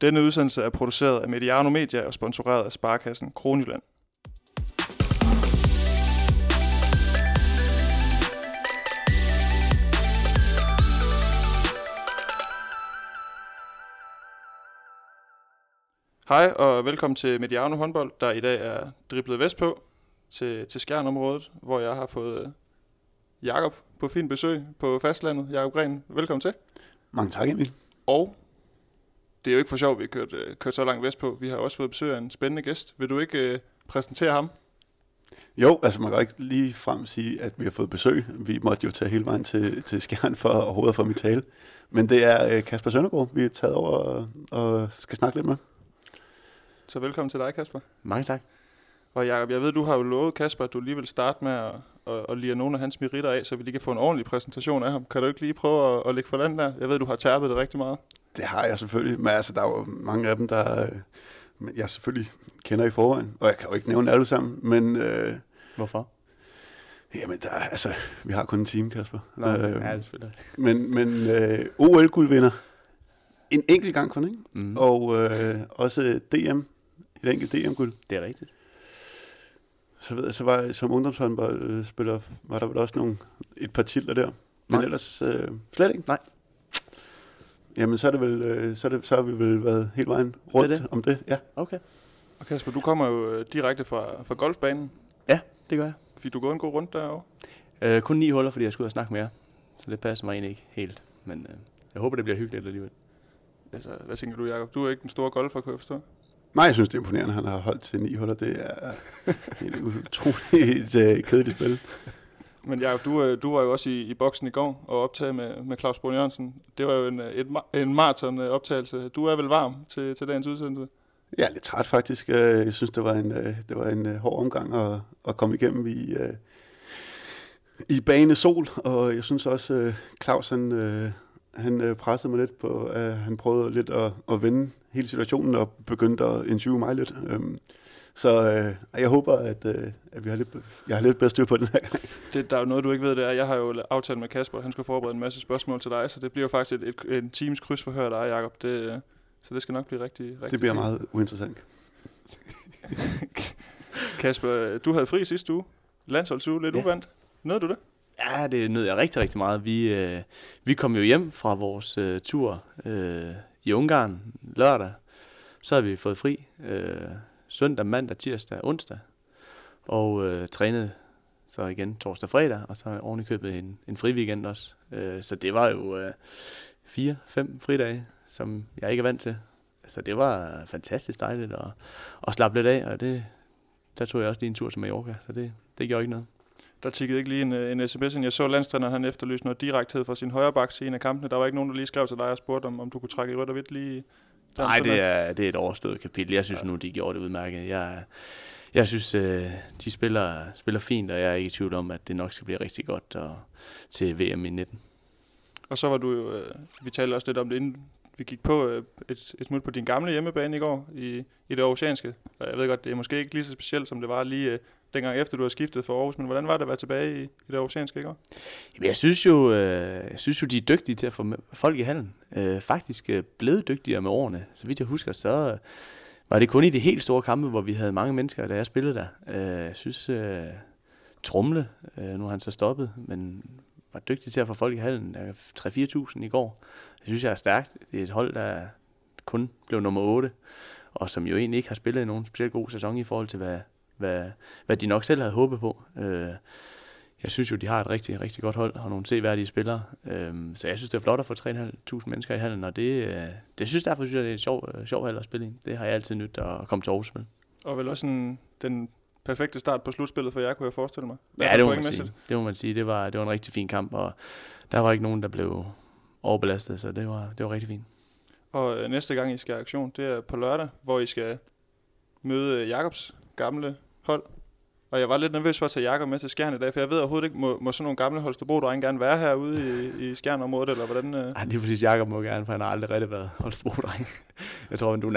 Denne udsendelse er produceret af Mediano Media og sponsoreret af Sparekassen Kronjylland. Hej og velkommen til Mediano håndbold, der i dag er driblet vestpå til Skjern-området, hvor jeg har fået Jakob på fint besøg på fastlandet. Jakob Gren, velkommen til. Mange tak, Emil. Og det er jo ikke for sjovt, vi har kørt så langt vestpå. Vi har også fået besøg af en spændende gæst. Vil du ikke præsentere ham? Jo, altså man kan ikke lige frem sige, at vi har fået besøg. Vi måtte jo tage hele vejen til Skjern for overhovedet at få mit tale. Men det er Kasper Søndergaard, vi er taget over og skal snakke lidt med. Så velkommen til dig, Kasper. Mange tak. Og Jakob, jeg ved, du har jo lovet Kasper, at du lige vil starte med at lire nogle af hans meritter af, så vi lige kan få en ordentlig præsentation af ham. Kan du ikke lige prøve at lægge for land der? Jeg ved, du har tærpet det rigtig meget. Det har jeg selvfølgelig, men altså, der er jo mange af dem, der jeg selvfølgelig kender i forvejen. Og jeg kan jo ikke nævne alle sammen, men... Hvorfor? Jamen, vi har kun en time, Kasper. Nå, ja, det er selvfølgelig. Men OL-guldvinder en enkelt gang kun, ikke? Mm. Og også DM, et enkelt DM-guld. Det er rigtigt. Så ved jeg, så var jeg som ungdomshåndboldspiller, var der vel også et par titler der. Men Nej. ellers slet ikke. Nej. Jamen, så er det vel, så har vi vel været hele vejen rundt Det. om det. Ja. Okay. Og Kasper, du kommer jo direkte fra golfbanen. Ja, det gør jeg. Fik du gået en god rundt derovre? Kun 9 huller, fordi jeg skulle ud og snakke mere. Så det passer mig egentlig ikke helt. Men jeg håber, det bliver hyggeligt alligevel. Altså, hvad tænker du, Jakob? Du er ikke den store golfer, kan jeg forstå? Nej, jeg synes, det er imponerende, han har holdt til 9 huller. Det er et utroligt kedeligt spil. Men Jakob, du var jo også i boksen i går og optaget med Claus Brun Jørgensen. Det var jo en maraton-optagelse. Du er vel varm til dagens udsendelse? Jeg er lidt træt faktisk. Jeg synes, det var en hård omgang at komme igennem i bane sol. Og jeg synes også, Claus han pressede mig lidt på, at han prøvede lidt at vende hele situationen og begyndte at interviewe mig lidt. Så jeg håber, at jeg har lidt bedre styr på den her gang. Der er jo noget, du ikke ved, det er. Jeg har jo aftalt med Kasper, at han skal forberede en masse spørgsmål til dig, så det bliver jo faktisk en times krydsforhør af dig, Jakob. Så det skal nok blive rigtig Det bliver fint. meget uinteressant. Kasper, du havde fri sidste uge. Landsholdsuge, lidt uvandt. Nåede du det? Ja, det nød jeg rigtig, rigtig meget. Vi kom jo hjem fra vores tur i Ungarn lørdag. Så har vi fået fri søndag, mandag, tirsdag, onsdag. Og trænede så igen torsdag, fredag, og så oven i købet en fri weekend også. Så det var jo 4-5 fridage, som jeg ikke er vant til. Så det var fantastisk dejligt at slappe lidt af, og der tog jeg også lige en tur til Mallorca, så det gjorde ikke noget. Der tikkede ikke lige en sms, jeg så landstræneren, han efterlyste noget direkthed fra sin højre bak i en af kampene. Der var ikke nogen, der lige skrev til dig og spurgte, om du kunne trække i rødt og hvidt lige... Nej, det er et overstået kapitel. Jeg synes nu, de gjorde det udmærket. Jeg synes, de spiller fint, og jeg er ikke i tvivl om, at det nok skal blive rigtig godt til VM i 19. Og så var du jo... Vi talte også lidt om det, inden vi gik på et smut på din gamle hjemmebane i går i det aarhusianske. Og jeg ved godt, det er måske ikke lige så specielt, som det var lige dengang efter, du har skiftet for Aarhus. Men hvordan var det at være tilbage i det aarhusianske i går? Jamen, jeg synes jo, de er dygtige til at få folk i hallen. Faktisk blevet dygtigere med årene. Så vidt jeg husker, så var det kun i de helt store kampe, hvor vi havde mange mennesker, da jeg spillede der. Jeg synes, Trumle, nu har han så stoppet, men var dygtig til at få folk i hallen. 3-4.000 i går. Jeg synes, jeg er stærkt. Det er et hold, der kun blev nummer 8, og som jo egentlig ikke har spillet nogen specielt god sæson i forhold til, hvad de nok selv havde håbet på. Jeg synes jo, de har et rigtig, rigtig godt hold og nogle seværdige spillere. Så jeg synes, det er flot at få 3.500 mennesker i hallen, og det synes jeg, det er et sjov hal at spille i. Det har jeg altid nydt at komme til Aarhus med. Og vel også den perfekte start på slutspillet for jer, kunne jeg forestille mig. Ja, det må man sige. Det var en rigtig fin kamp, og der var ikke nogen, der blev overbelastet, så det var rigtig fint. Og næste gang, I skal have aktion, det er på lørdag, hvor I skal møde Jakobs gamle hold. Og jeg var lidt nervøs for at tage Jakob med til Skjern i dag, for jeg ved overhovedet ikke, må sådan nogle gamle Holstebro-drenge gerne være herude i Skjern-området, eller hvordan? Ej, lige præcis, Jakob må gerne, for han har aldrig rigtig været Holstebro-dreng. Jeg tror, du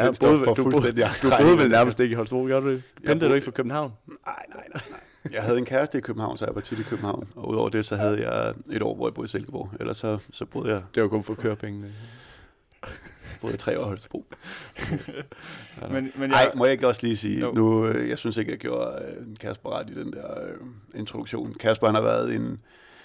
boede vel nærmest ikke i Holstebro, gjorde du det? Pendlede du ikke fra København? Nej. Jeg havde en kæreste i København, så jeg var tit i København. Og udover det, så havde jeg et år, hvor jeg boede i Silkeborg. Ellers så boede jeg... Det var kun for kørepengene. boet i 3 år i Holstebro. men Nej, må jeg ikke også lige sige, nu, jeg synes ikke, jeg gjorde Kasper ret i den der introduktion. Kasper, han har været en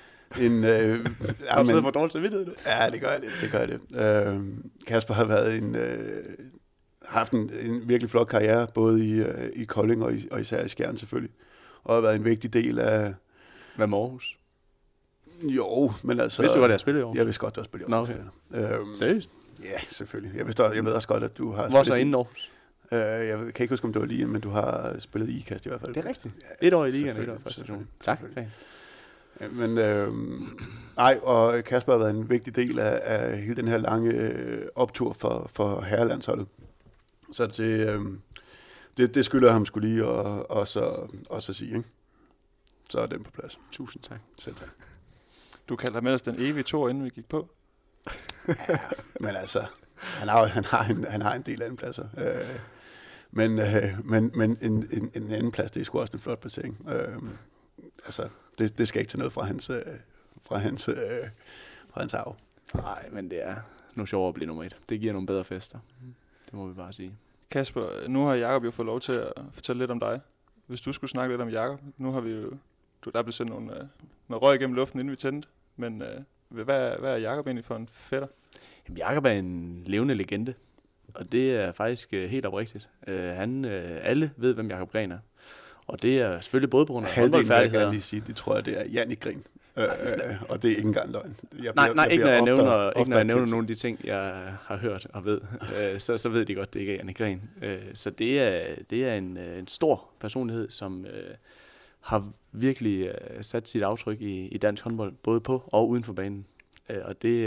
har du siddet for dårligt samvittighed nu? Ja, det gør jeg lidt. Kasper har været haft en virkelig flot karriere, både i Kolding og især i Skjern selvfølgelig. Og har været en vigtig del af... Hvad med Aarhus? Jo, men altså... Vidste du godt, at jeg spillede i Aarhus? Jeg vidste godt, du har spillet i Aarhus. Okay. Seriøst? Ja, selvfølgelig. Jeg ved også godt, at du har spillet... Hvor så inden Aarhus? Jeg kan ikke huske, om det var lige, men du har spillet i IKAST i hvert fald. Det er rigtigt. Ja, 1 år i ligaen og 1 år i første division. Tak. Men og Kasper har været en vigtig del af hele den her lange optur for herrelandsholdet. Så det skylder ham skulle lige også sige, ikke? Så er den på plads. Tusind tak. Selv tak. Du kaldte ham ellers den evige Thor, inden vi gik på. Ja, men altså, han har en del anden pladser. Men en anden plads, det er sgu også en flot placering. Altså, det skal ikke til noget fra hans arv. Nej, men det er nu sjovere at blive nummer 1. Det giver nogle bedre fester. Det må vi bare sige. Kasper, nu har Jakob jo fået lov til at fortælle lidt om dig. Hvis du skulle snakke lidt om Jakob, nu har vi jo... Der blev sendt noget røg igennem luften, inden vi tændte. Men hvad er Jakob egentlig for en fætter? Jamen, Jakob er en levende legende. Og det er faktisk helt oprigtigt. Alle ved, hvem Jakob Gren er. Og det er selvfølgelig både på grund af håndboldfærdigheder. Jeg lige sige, det tror jeg, det er Jannik Gren. Og det er ikke engang løgn. Ikke når jeg nævner nogle af de ting, jeg har hørt og ved. Så ved de godt, det ikke er Jannik Gren. Så det er en stor personlighed, som har virkelig sat sit aftryk i dansk håndbold, både på og uden for banen. Og det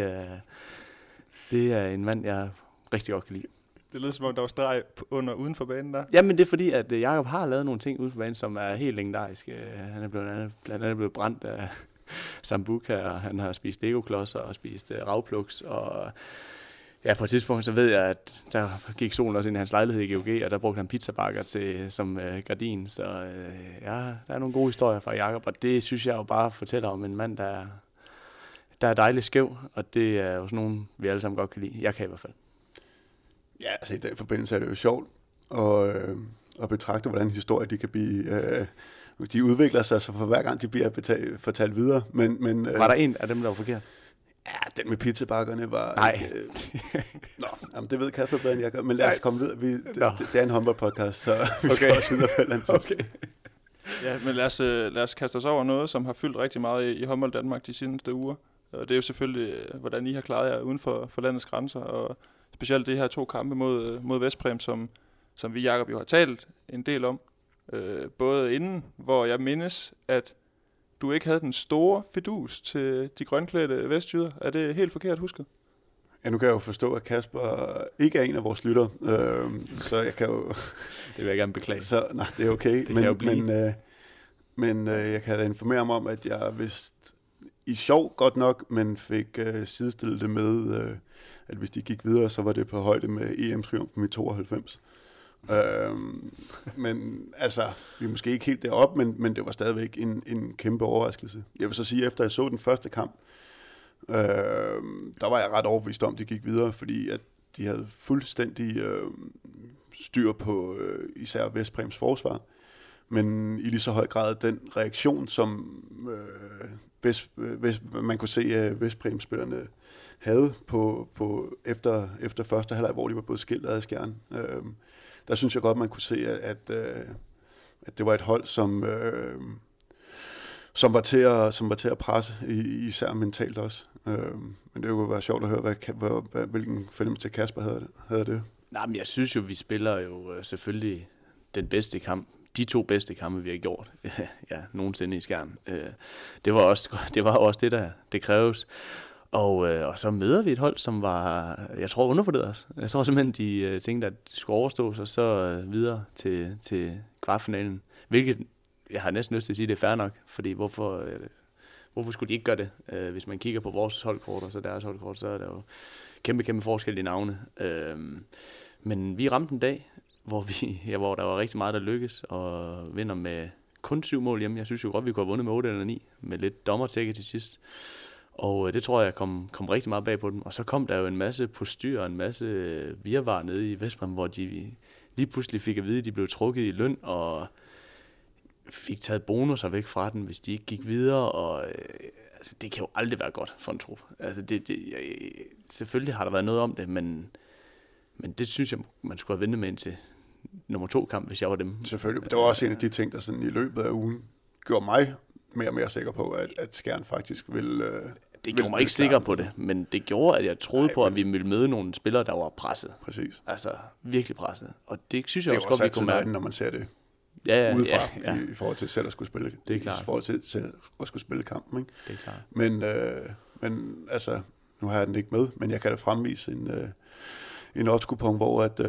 er en mand, jeg rigtig godt kan lide. Det lyder som om, der var streg uden for banen der. Jamen det er fordi, at Jakob har lavet nogle ting uden for banen, som er helt legendariske. Han er blandt andet blevet brændt af Sambuca, og han har spist Lego-klodser og spist ravpluks. Og ja, på et tidspunkt, så ved jeg, at der gik solen også ind i hans lejlighed i GOG, og der brugte han pizzabakker som gardin. Så ja, der er nogle gode historier fra Jakob, og det synes jeg jo bare fortæller om en mand, der er dejligt skæv, og det er jo sådan nogen, vi alle sammen godt kan lide. Jeg kan i hvert fald. Ja, altså i den forbindelse er det jo sjovt at betragte, hvordan historier de kan blive... de udvikler sig, så for hver gang de bliver fortalt videre. Men, var der en af dem, der var forkert? Ja, den med pizzabakkerne var... Nej. Jamen, det ved Kasper bedre, end jeg gør. Men lad os komme videre. Det er en håndboldpodcast, så vi skal også videre på okay. Ja, men lad os kaste os over noget, som har fyldt rigtig meget i håndbold Danmark de seneste uger. Og det er jo selvfølgelig, hvordan I har klaret jer uden for landets grænser, og specielt de her 2 kampe mod Vestpræm, som vi, Jakob, jo har talt en del om. Både inden, hvor jeg mindes, at du ikke havde den store fidus til de grønklædte vestjyder. Er det helt forkert husket? Ja, nu kan jeg jo forstå, at Kasper ikke er en af vores lyttere, så jeg kan jo... Det vil jeg gerne beklage. Så, nej, det er okay. Men jeg kan da informere om, at jeg vist i sjov godt nok, men fik sidestillet det med, at hvis de gik videre, så var det på højde med EM-triumfen i 92. Men altså, vi er måske ikke helt deroppe, men det var stadigvæk en kæmpe overraskelse. Jeg vil så sige, efter jeg så den første kamp, der var jeg ret overbevist om, at de gik videre, fordi at de havde fuldstændig styr på især Vestpræms forsvar, men i lige så høj grad den reaktion, som man kunne se Vestpræm-spillerne havde på efter første halvleg, hvor de var blevet skilt af Skjern. Der synes jeg godt, man kunne se, at det var et hold, som var til at presse, især mentalt også. Men det kunne være sjovt at høre, hvilken fornemmelse Kasper havde det. Nej, men jeg synes jo, vi spiller jo selvfølgelig den bedste kamp. De 2 bedste kampe, vi har gjort nogensinde i Skjern. Det var også det, der kræves. Og så møder vi et hold, som var, jeg tror, undervurderet os. Jeg tror simpelthen, de tænkte, at det skulle overstås, og så videre til kvartfinalen. Hvilket, jeg har næsten lyst til at sige, det er fair nok, fordi hvorfor skulle de ikke gøre det? Hvis man kigger på vores holdkort, og så deres holdkort, så er der jo kæmpe forskel i navne. Men vi ramte en dag, hvor der var rigtig meget, der lykkes, og vinder med kun 7 mål hjemme. Jeg synes jo godt, vi kunne have vundet med 8 eller 9, med lidt dommertække til sidst. Og det tror jeg kom rigtig meget bag på dem. Og så kom der jo en masse postyr, en masse virvar nede i Vestbrem, hvor de lige pludselig fik at vide, at de blev trukket i løn, og fik taget bonusser væk fra den, hvis de ikke gik videre. Og altså, det kan jo aldrig være godt for en trup. Altså, selvfølgelig har der været noget om det, men det synes jeg, man skulle have ventet med ind til nummer 2 kamp, hvis jeg var dem. Selvfølgelig. Det var også en af de ting, der sådan i løbet af ugen gjorde mig mere og mere sikker på, at Skjern faktisk vil... Det gjorde mig ikke sikker på det, men det gjorde, at jeg troede på, at vi ville møde nogle spillere, der var presset. Præcis. Altså, virkelig presset. Og det synes jeg det også godt, vi kunne mærke. Det er jo også altid når man ser det udefra, i forhold til selv at skulle spille. Det er klart. I forhold til selv at skulle spille kampen, ikke? Det er klart. Men altså, nu har jeg den ikke med, men jeg kan da fremvise en odds-kupon, hvor at,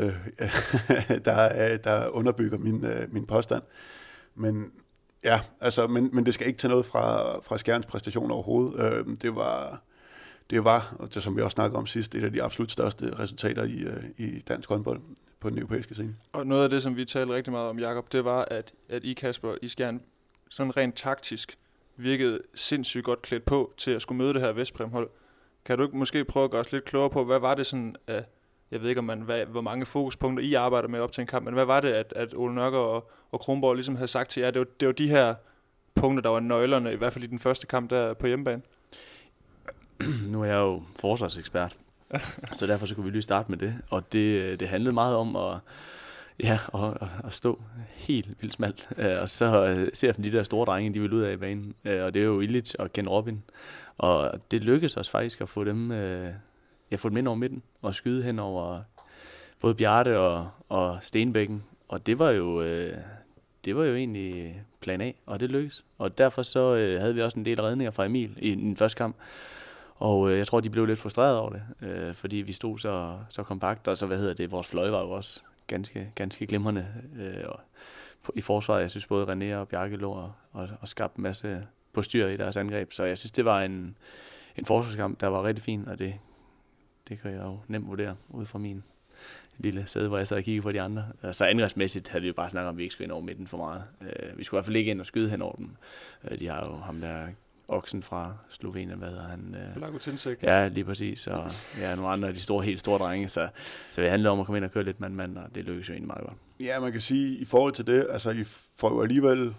der underbygger min påstand. Men ja, altså, men det skal ikke tage noget fra Skjerns præstation overhovedet. Det var, og det, som vi også snakkede om sidst, et af de absolut største resultater i dansk håndbold på den europæiske scene. Og noget af det, som vi talte rigtig meget om, Jakob, det var, at I, Kasper, i Skjern sådan rent taktisk virkede sindssygt godt klædt på til at skulle møde det her Vestbrem-hold. Kan du ikke måske prøve at gøre os lidt klogere på, hvad var det sådan, jeg ved ikke, hvor mange fokuspunkter I arbejder med op til en kamp, men hvad var det, at Ole Nørker og Kronborg ligesom havde sagt til jer? Det var de her punkter, der var nøglerne, i hvert fald i den første kamp der på hjemmebane. Nu er jeg jo forsvarsekspert, så derfor så kunne vi lige starte med det. Og det handlede meget om at stå helt vildt smalt. Og så ser de der store drenge, de vil ud af i banen. Og det er jo Illich og Ken Robin. Og det lykkedes os faktisk at få dem... få dem ind over midten og skyde hen over både Bjarte og Stenbækken. Og det var jo egentlig plan A, og det lykkedes. Og derfor så havde vi også en del redninger fra Emil i den første kamp. Og jeg tror, de blev lidt frustreret over det, fordi vi stod så kompakt. Og så, vores fløj var jo også ganske glimrende i forsvaret. Jeg synes både René og Bjarke lå og skabte en masse postyr i deres angreb. Så jeg synes, det var en forsvarskamp, der var rigtig fin, og det kan jeg jo nemt vurdere ud fra min lille sæde, hvor jeg sad og kiggede på de andre. Så angrebsmæssigt havde vi jo bare snakket om, at vi ikke skulle ind over midten for meget. Vi skulle i hvert fald ikke ind og skyde hen over dem. De har jo ham der oksen fra Slovenien, hvad hedder han? Blagotinsek. Ja, lige præcis. Og nogle andre af de helt store drenge. Så det handler om at komme ind og køre lidt mand, og det lykkes jo egentlig meget godt. Ja, man kan sige, i forhold til det, altså I får jo alligevel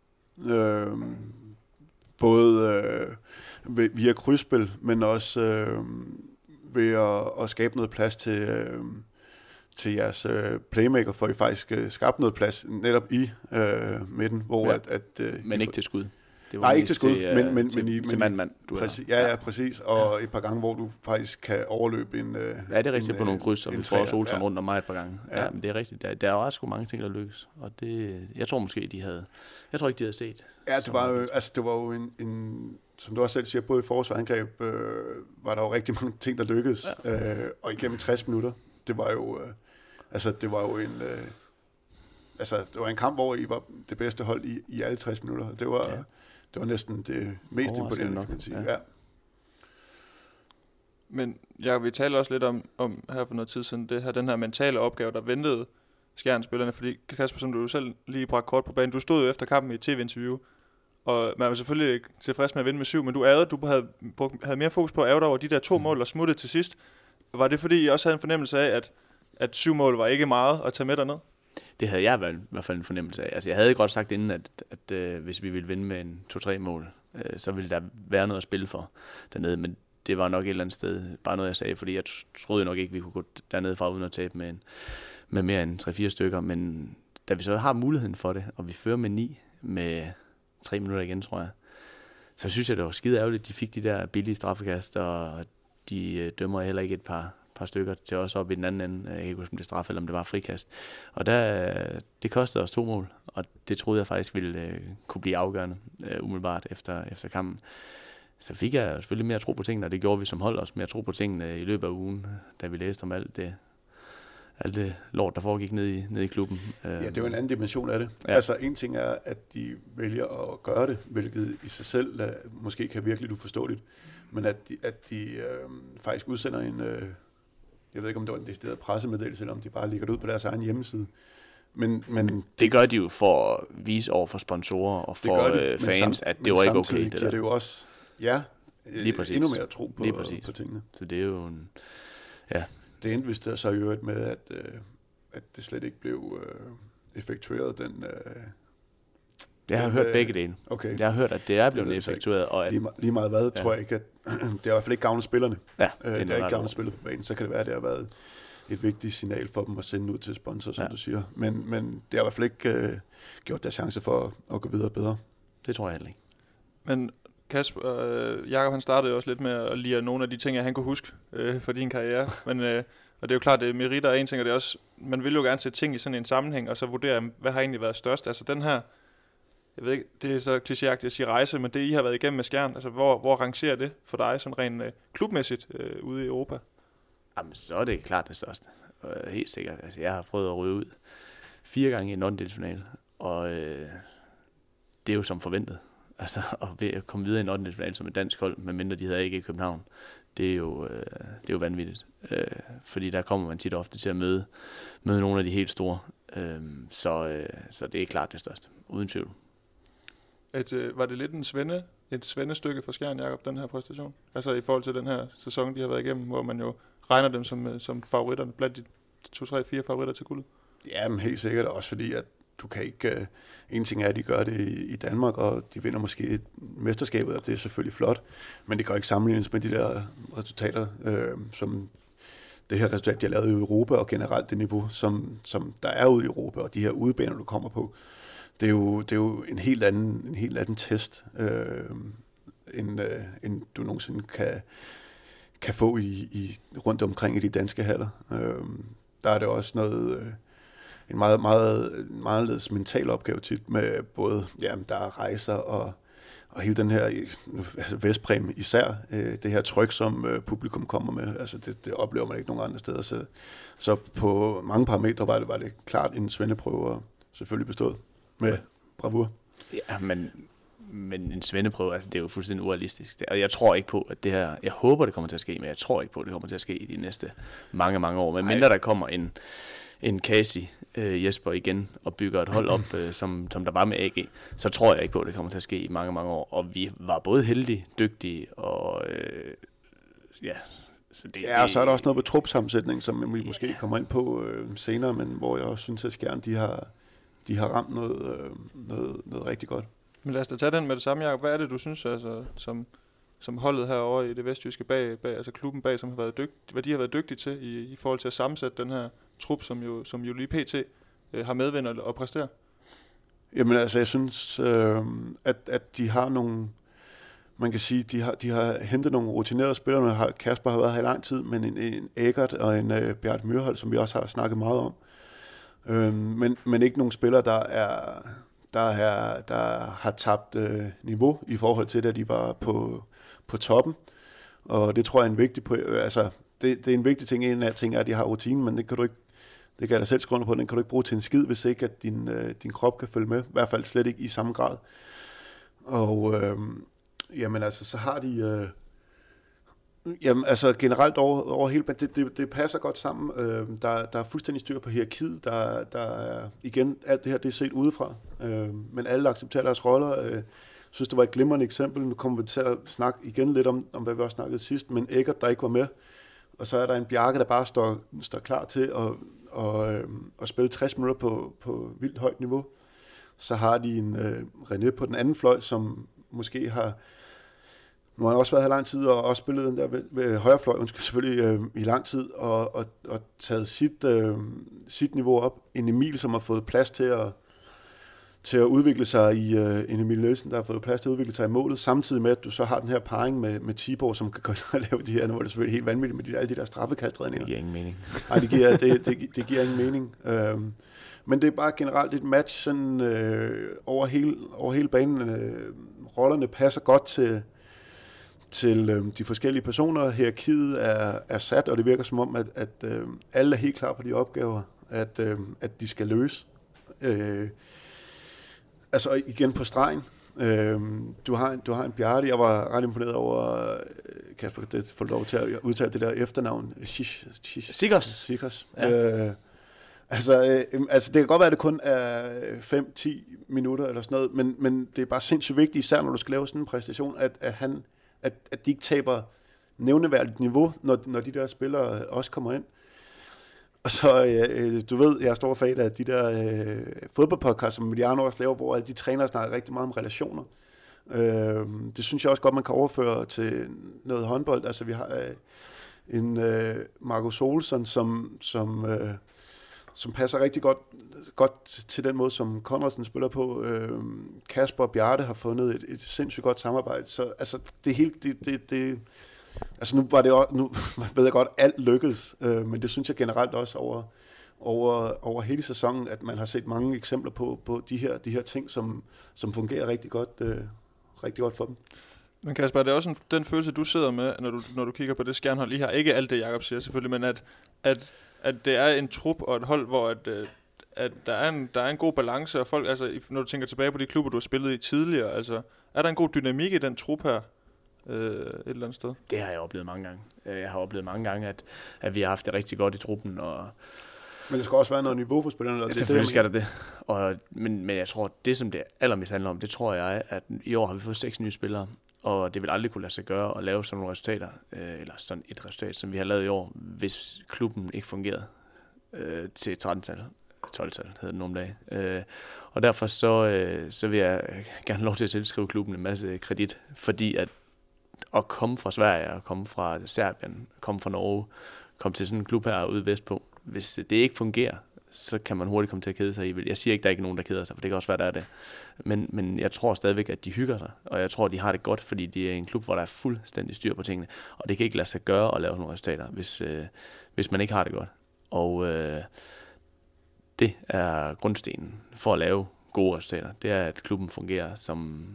både via krydsspil, men også ved at skabe noget plads til jeres playmaker, for I faktisk skabt noget plads netop i midten, hvor men ikke til skud. Nej, ikke til skud, men til mand. Ja, præcis. Og et par gange, hvor du faktisk kan overløbe en... Ja, det er rigtigt på nogle kryds, og vi får også Olsen rundt om mig et par gange. Ja, men det er rigtigt. Der er også mange ting, der lykkes. Og det, jeg tror måske, jeg tror ikke, de havde set. Ja, det var jo en som du også selv siger, både i forsvar og angreb, var der jo rigtig mange ting, der lykkedes. Ja. Og igennem 60 minutter, det var jo en kamp, hvor I var det bedste hold i alle 60 minutter. Det var næsten det mest imponerende, kan man sige. Ja. Men vi talte også lidt om her for noget tid siden, den her mentale opgave, der ventede Skjern-spillerne, fordi Kasper, som du selv lige bragte kort på banen, du stod jo efter kampen i et tv-interview, og man var selvfølgelig tilfreds med at vinde med 7, men du havde mere fokus på at ærge dig over de der 2 mål, der smuttede til sidst. Var det fordi I også havde en fornemmelse af, at 7 mål var ikke meget at tage med derned? Det havde jeg i hvert fald en fornemmelse af. Altså, jeg havde godt sagt inden, at hvis vi ville vinde med en 2-3 mål, så ville der være noget at spille for dernede, men det var nok et eller andet sted bare noget, jeg sagde, fordi jeg troede nok ikke, vi kunne gå dernede fra uden at tabe med mere end 3-4 stykker, men da vi så har muligheden for det, og vi fører med 9 med 3 minutter igen, tror jeg, så synes jeg, det var skide ærgerligt, de fik de der billige straffekast, og de dømmer heller ikke et par stykker til os op i den anden ende. Jeg kan ikke huske, om det straf, eller om det var frikast. Og det kostede os 2 mål, og det troede jeg faktisk ville kunne blive afgørende umiddelbart efter kampen. Så fik jeg selvfølgelig mere tro på tingene, og det gjorde vi som hold også, mere tro på tingene i løbet af ugen, da vi læste om alt det lort, der foregik ned i klubben. Ja, det var en anden dimension af det. Ja. Altså, en ting er, at de vælger at gøre det, hvilket i sig selv måske kan virkelig uforståeligt, men at de faktisk udsender en... jeg ved ikke, om det var en decideret pressemeddelelse, eller om de bare ligger det ud på deres egen hjemmeside. Men det gør de jo for at vise over for sponsorer og for fans, at det var ikke okay. Det giver det jo også, endnu mere tro på tingene. Så det er jo en... Ja. Det endte vist så i øvrigt med, at det slet ikke blev effektueret, den... Jeg har hørt begge dele. Okay. Jeg har hørt, at det er blevet effektueret. Og at, lige meget hvad, tror jeg ikke, at det er i hvert fald ikke gavnet spillerne. Ja, det er ikke gavnet spillet på banen. Så kan det være, at det har været et vigtigt signal for dem at sende ud til sponsor, som du siger. Men det har i hvert fald ikke gjort deres chance for at gå videre bedre. Det tror jeg heller ikke. Men Kasper, Jakob han startede jo også lidt med at lire nogle af de ting, han kunne huske for din karriere. Men, og det er jo klart, at meritter er en ting, og det er også, man vil jo gerne sætte ting i sådan en sammenhæng, og så vurdere, hvad har egentlig været størst. Altså den her, jeg ved ikke, det er så klichéagtigt at sige rejse, men det I har været igennem med Skjern, altså hvor rangerer det for dig sådan rent klubmæssigt ude i Europa? Jamen, så er det klart det største. Helt sikkert. Altså, jeg har prøvet at ryge ud 4 gange i en ottendedelsfinale, og det er jo som forventet. Altså, at komme videre i en ottendedelsfinale som et dansk hold, medmindre de hedder ikke i København, det er jo vanvittigt. Fordi der kommer man tit og ofte til at møde nogle af de helt store. Så det er klart det største, uden tvivl. Var det lidt et svendestykke for Skjern, Jakob, den her præstation? Altså i forhold til den her sæson, de har været igennem, hvor man jo regner dem som favoritterne, blandt de 2, 3, 4 favoritter til guldet? Ja, men helt sikkert også, fordi at du kan ikke... En ting er, at de gør det i Danmark, og de vinder måske mesterskabet, og det er selvfølgelig flot, men det kan ikke sammenlignes med de der resultater, som det her resultat, de har lavet i Europa, og generelt det niveau, som der er ude i Europa, og de her udebaner, du kommer på. Det er jo en helt anden test, end du nogensinde kan få i rundt omkring i de danske haller. Der er det også noget... en meget, meget, meget anderledes mental opgave tit med både, der er rejser og hele den her, altså Vestpræmie især, det her tryk, som publikum kommer med, altså det oplever man ikke nogen andre steder. Så på mange parametre var det klart en svendeprøve, og selvfølgelig bestået med bravur. Ja, men en svendeprøve, altså det er jo fuldstændig urealistisk. Og jeg tror ikke på, at det her, jeg håber, det kommer til at ske, men jeg tror ikke på, at det kommer til at ske i de næste mange, mange år. Men mindre der kommer en Kasi Jesper igen og bygger et hold op, som der var med AG, så tror jeg ikke på, at det kommer til at ske i mange, mange år. Og vi var både heldige, dygtige og og så er der også noget med trupsammensætning, som vi måske kommer ind på senere, men hvor jeg også synes, at Skjern, de har ramt noget rigtig godt. Men lad os da tage den med det samme, Jacob. Hvad er det, du synes, altså, som holdet herovre i det vestjyske bag altså klubben bag, som har været hvad de har været dygtige til i forhold til at sammensætte den her trup, som jo lige pt. Har medvind og præsterer? Jamen altså, jeg synes, at de har nogle... Man kan sige, de har hentet nogle rutinerede spillere. Kasper har været her i lang tid, men en Eggert og en Bjart Myrhold, som vi også har snakket meget om. Men ikke nogen spillere, der har tabt niveau i forhold til, da de var på toppen. Og det tror jeg er en vigtig... Altså, det er en vigtig ting. En af ting er, at de har rutinen, men det kan jeg da selv skrive på, den kan du ikke bruge til en skid, hvis ikke at din krop kan følge med. I hvert fald slet ikke i samme grad. Og jamen altså, så har de... jamen altså generelt over hele... Det passer godt sammen. Der er fuldstændig styr på hierarkiet. Der er igen, alt det her, det er set udefra. Men alle accepterer deres roller. Jeg synes, det var et glimrende eksempel. Nu kommer vi til at snakke igen lidt om hvad vi også snakkede sidst, men Eggert, der ikke var med. Og så er der en Bjarke, der bare står klar til at spille 60 minutter på vildt højt niveau. Så har de en René på den anden fløj, som måske har... Nu har han også været her lang tid, og også spillet den der ved højre fløj, selvfølgelig i lang tid, og taget sit niveau op. En Emil, som har fået plads til at udvikle sig i en Emil Nielsen, der har fået plads til at udvikle sig i målet, samtidig med, at du så har den her parring med Tibor, som kan gå ind og lave de her, nu er det selvfølgelig helt vanvittigt med alle de der straffekastredninger. Det giver ingen mening. Nej, det giver ingen mening. Men det er bare generelt et match sådan, over hele banen. Rollerne passer godt til de forskellige personer. Hierarkiet er sat, og det virker som om, at alle er helt klar på de opgaver, at de skal løse. Altså igen på stregen. Du har en Bjarke. Jeg var ret imponeret over Kasper, det får du lov til at udtale det der efternavn. Sikkers. Ja. Altså det kan godt være, at det kun er 5-10 minutter eller sådan noget, men det er bare sindssygt vigtigt, især når du skal lave sådan en præstation, at han at de ikke taber nævneværdigt niveau, når de der spillere også kommer ind. Og så, du ved, jeg er stor fan af de der fodboldpodcasts, som Mediano også laver, hvor alle de trænere snakker rigtig meget om relationer. Det synes jeg også godt, man kan overføre til noget håndbold. Altså, vi har en Markus Olsson, som passer rigtig godt til den måde, som Conradsen spiller på. Kasper og Bjarte har fundet et sindssygt godt samarbejde. Så altså, det hele, altså nu var det også, nu ved jeg godt, alt lykkedes, men det synes jeg generelt også over hele sæsonen, at man har set mange eksempler på de her ting, som fungerer rigtig godt for dem. Men Kasper, er det også den følelse, du sidder med, når du kigger på det Skjern-hold lige her? Ikke alt det, Jakob siger selvfølgelig, men at det er en trup og et hold, hvor at der er en god balance, og folk, altså, når du tænker tilbage på de klubber, du har spillet i tidligere, altså, er der en god dynamik i den trup her? Et eller andet sted. Det har jeg oplevet mange gange. Jeg har oplevet mange gange, at vi har haft det rigtig godt i truppen. Men der skal også være noget niveau på spillerne. Selvfølgelig skal der det. Men jeg tror, det som det allermest handler om, det tror jeg, at i år har vi fået 6 nye spillere, og det vil aldrig kunne lade sig gøre at lave sådan nogle resultater, eller sådan et resultat, som vi har lavet i år, hvis klubben ikke fungerede til 13-tal. 12-tal hedder det nogle dage. Og derfor så vil jeg gerne lov til at tilskrive klubben en masse kredit, fordi at komme fra Sverige, og komme fra Serbien, komme fra Norge, komme til sådan en klub her ude vestpå. Hvis det ikke fungerer, så kan man hurtigt komme til at kede sig i. Jeg siger ikke, at der ikke er nogen, der keder sig, for det kan også være, der er det. Men jeg tror stadigvæk, at de hygger sig, og jeg tror, de har det godt, fordi de er en klub, hvor der er fuldstændig styr på tingene. Og det kan ikke lade sig gøre at lave sådan nogle resultater, hvis man ikke har det godt. Og det er grundstenen for at lave gode resultater. Det er, at klubben fungerer som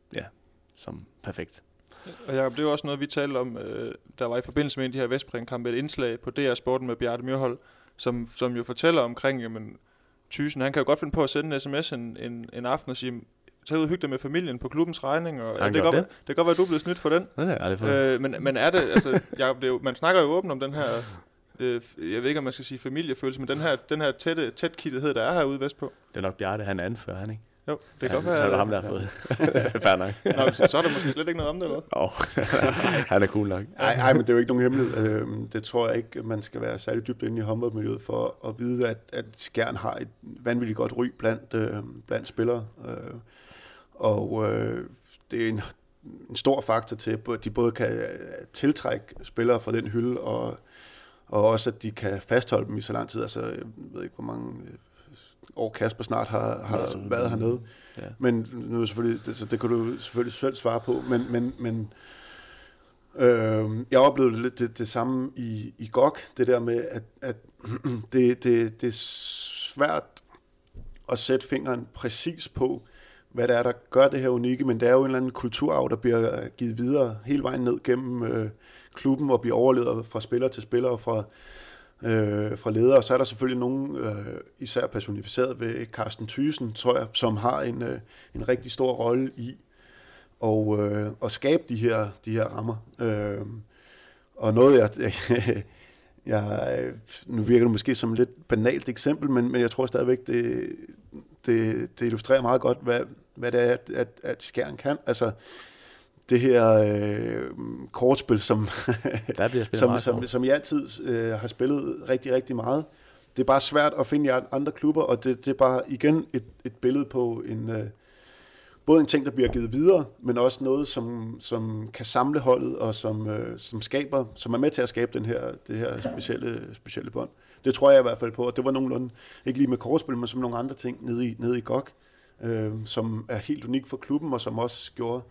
perfekt. Og Jacob, det er jo også noget, vi talte om, der var i forbindelse med en af de her Vestbring-kampe, et indslag på DR Sporten med Bjarte Myrhold, som jo fortæller omkring, jamen, Thyssen, han kan jo godt finde på at sende en sms en aften og sige, tag ud og hygge dig med familien på klubbens regning, og det kan godt være, at du er blevet snydt for den. Men er det, altså, Jacob, man snakker jo åbent om den her, jeg ved ikke, om man skal sige familiefølelse, men den her tætkittethed, der er herude vestpå. Det er nok Bjarte, han er anfører, han ikke? Jo, det kan godt være. Så er det ham, der har fået. Fair nok. Nå, så er der måske slet ikke noget om det, eller? Han er cool nok. Nej, men det er jo ikke nogen hemmelighed. Det tror jeg ikke, man skal være særlig dybt inde i håndboldmiljøet for at vide, at Skjern har et vanvittigt godt ry blandt spillere. Det er en stor faktor til, at de både kan tiltrække spillere fra den hylde, og også, at de kan fastholde dem i så lang tid. Altså, jeg ved ikke, hvor mange år Kasper snart har været hernede. Ja. Men nu selvfølgelig, det kan du selvfølgelig selv svare på. Men jeg oplevede lidt det samme i GOG, det der med, at det er svært at sætte fingeren præcis på, hvad det er, der gør det her unikke, men det er jo en eller anden kulturarv, der bliver givet videre hele vejen ned gennem klubben, og bliver overlevet fra spiller til spiller, og fra ledere. Og så er der selvfølgelig nogen, især personificeret ved Carsten Thyssen, tror jeg, som har en rigtig stor rolle i at skabe de her rammer. Og noget, jeg nu virker det måske som et lidt banalt eksempel, men jeg tror stadigvæk, det illustrerer meget godt, hvad det er, at Skjern kan. Altså, det her kortspil, som I altid har spillet rigtig, rigtig meget. Det er bare svært at finde i andre klubber, og det er bare igen et billede på både en ting, der bliver givet videre, men også noget, som kan samle holdet, og som er med til at skabe det her specielle bånd. Det tror jeg i hvert fald på, og det var nogenlunde, ikke lige med kortspil, men som nogle andre ting nede i GOG, som er helt unik for klubben, og som også gjorde,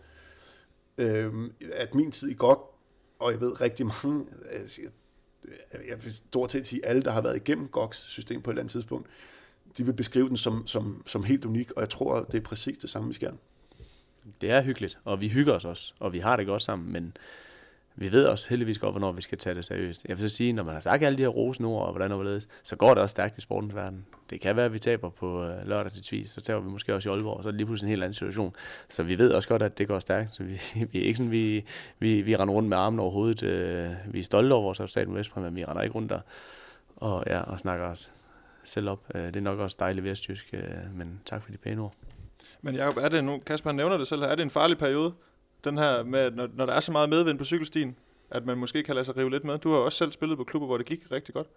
at min tid i GOG, og jeg ved rigtig mange, jeg vil stort set sige alle, der har været igennem GOGs system på et eller andet tidspunkt, de vil beskrive den som helt unik, og jeg tror, det er præcis det samme, vi skal. Det er hyggeligt, og vi hygger os også, og vi har det godt sammen, men vi ved også heldigvis godt, hvornår vi skal tage det seriøst. Jeg vil så sige, når man har sagt alle de her rosenord, og hvordan og hvorledes, så går det også stærkt i sportens verden. Det kan være, at vi taber på lørdag til Tvis, så taber vi måske også i Aalborg, og så er det lige pludselig en helt anden situation. Så vi ved også godt, at det går stærkt. Så vi er ikke sådan, vi render rundt med armen over hovedet. Vi er stolte over vores resultat med Vestbrem, men vi render ikke rundt der og snakker os selv op. Det er nok også dejligt vestjysk, men tak for de pæne ord. Men Jacob, er det nu, Kasper nævner det selv her, er det en farlig periode den her med, at når der er så meget medvind på cykelstien, at man måske kan lade sig rive lidt med. Du har også selv spillet på klubber, hvor det gik rigtig godt.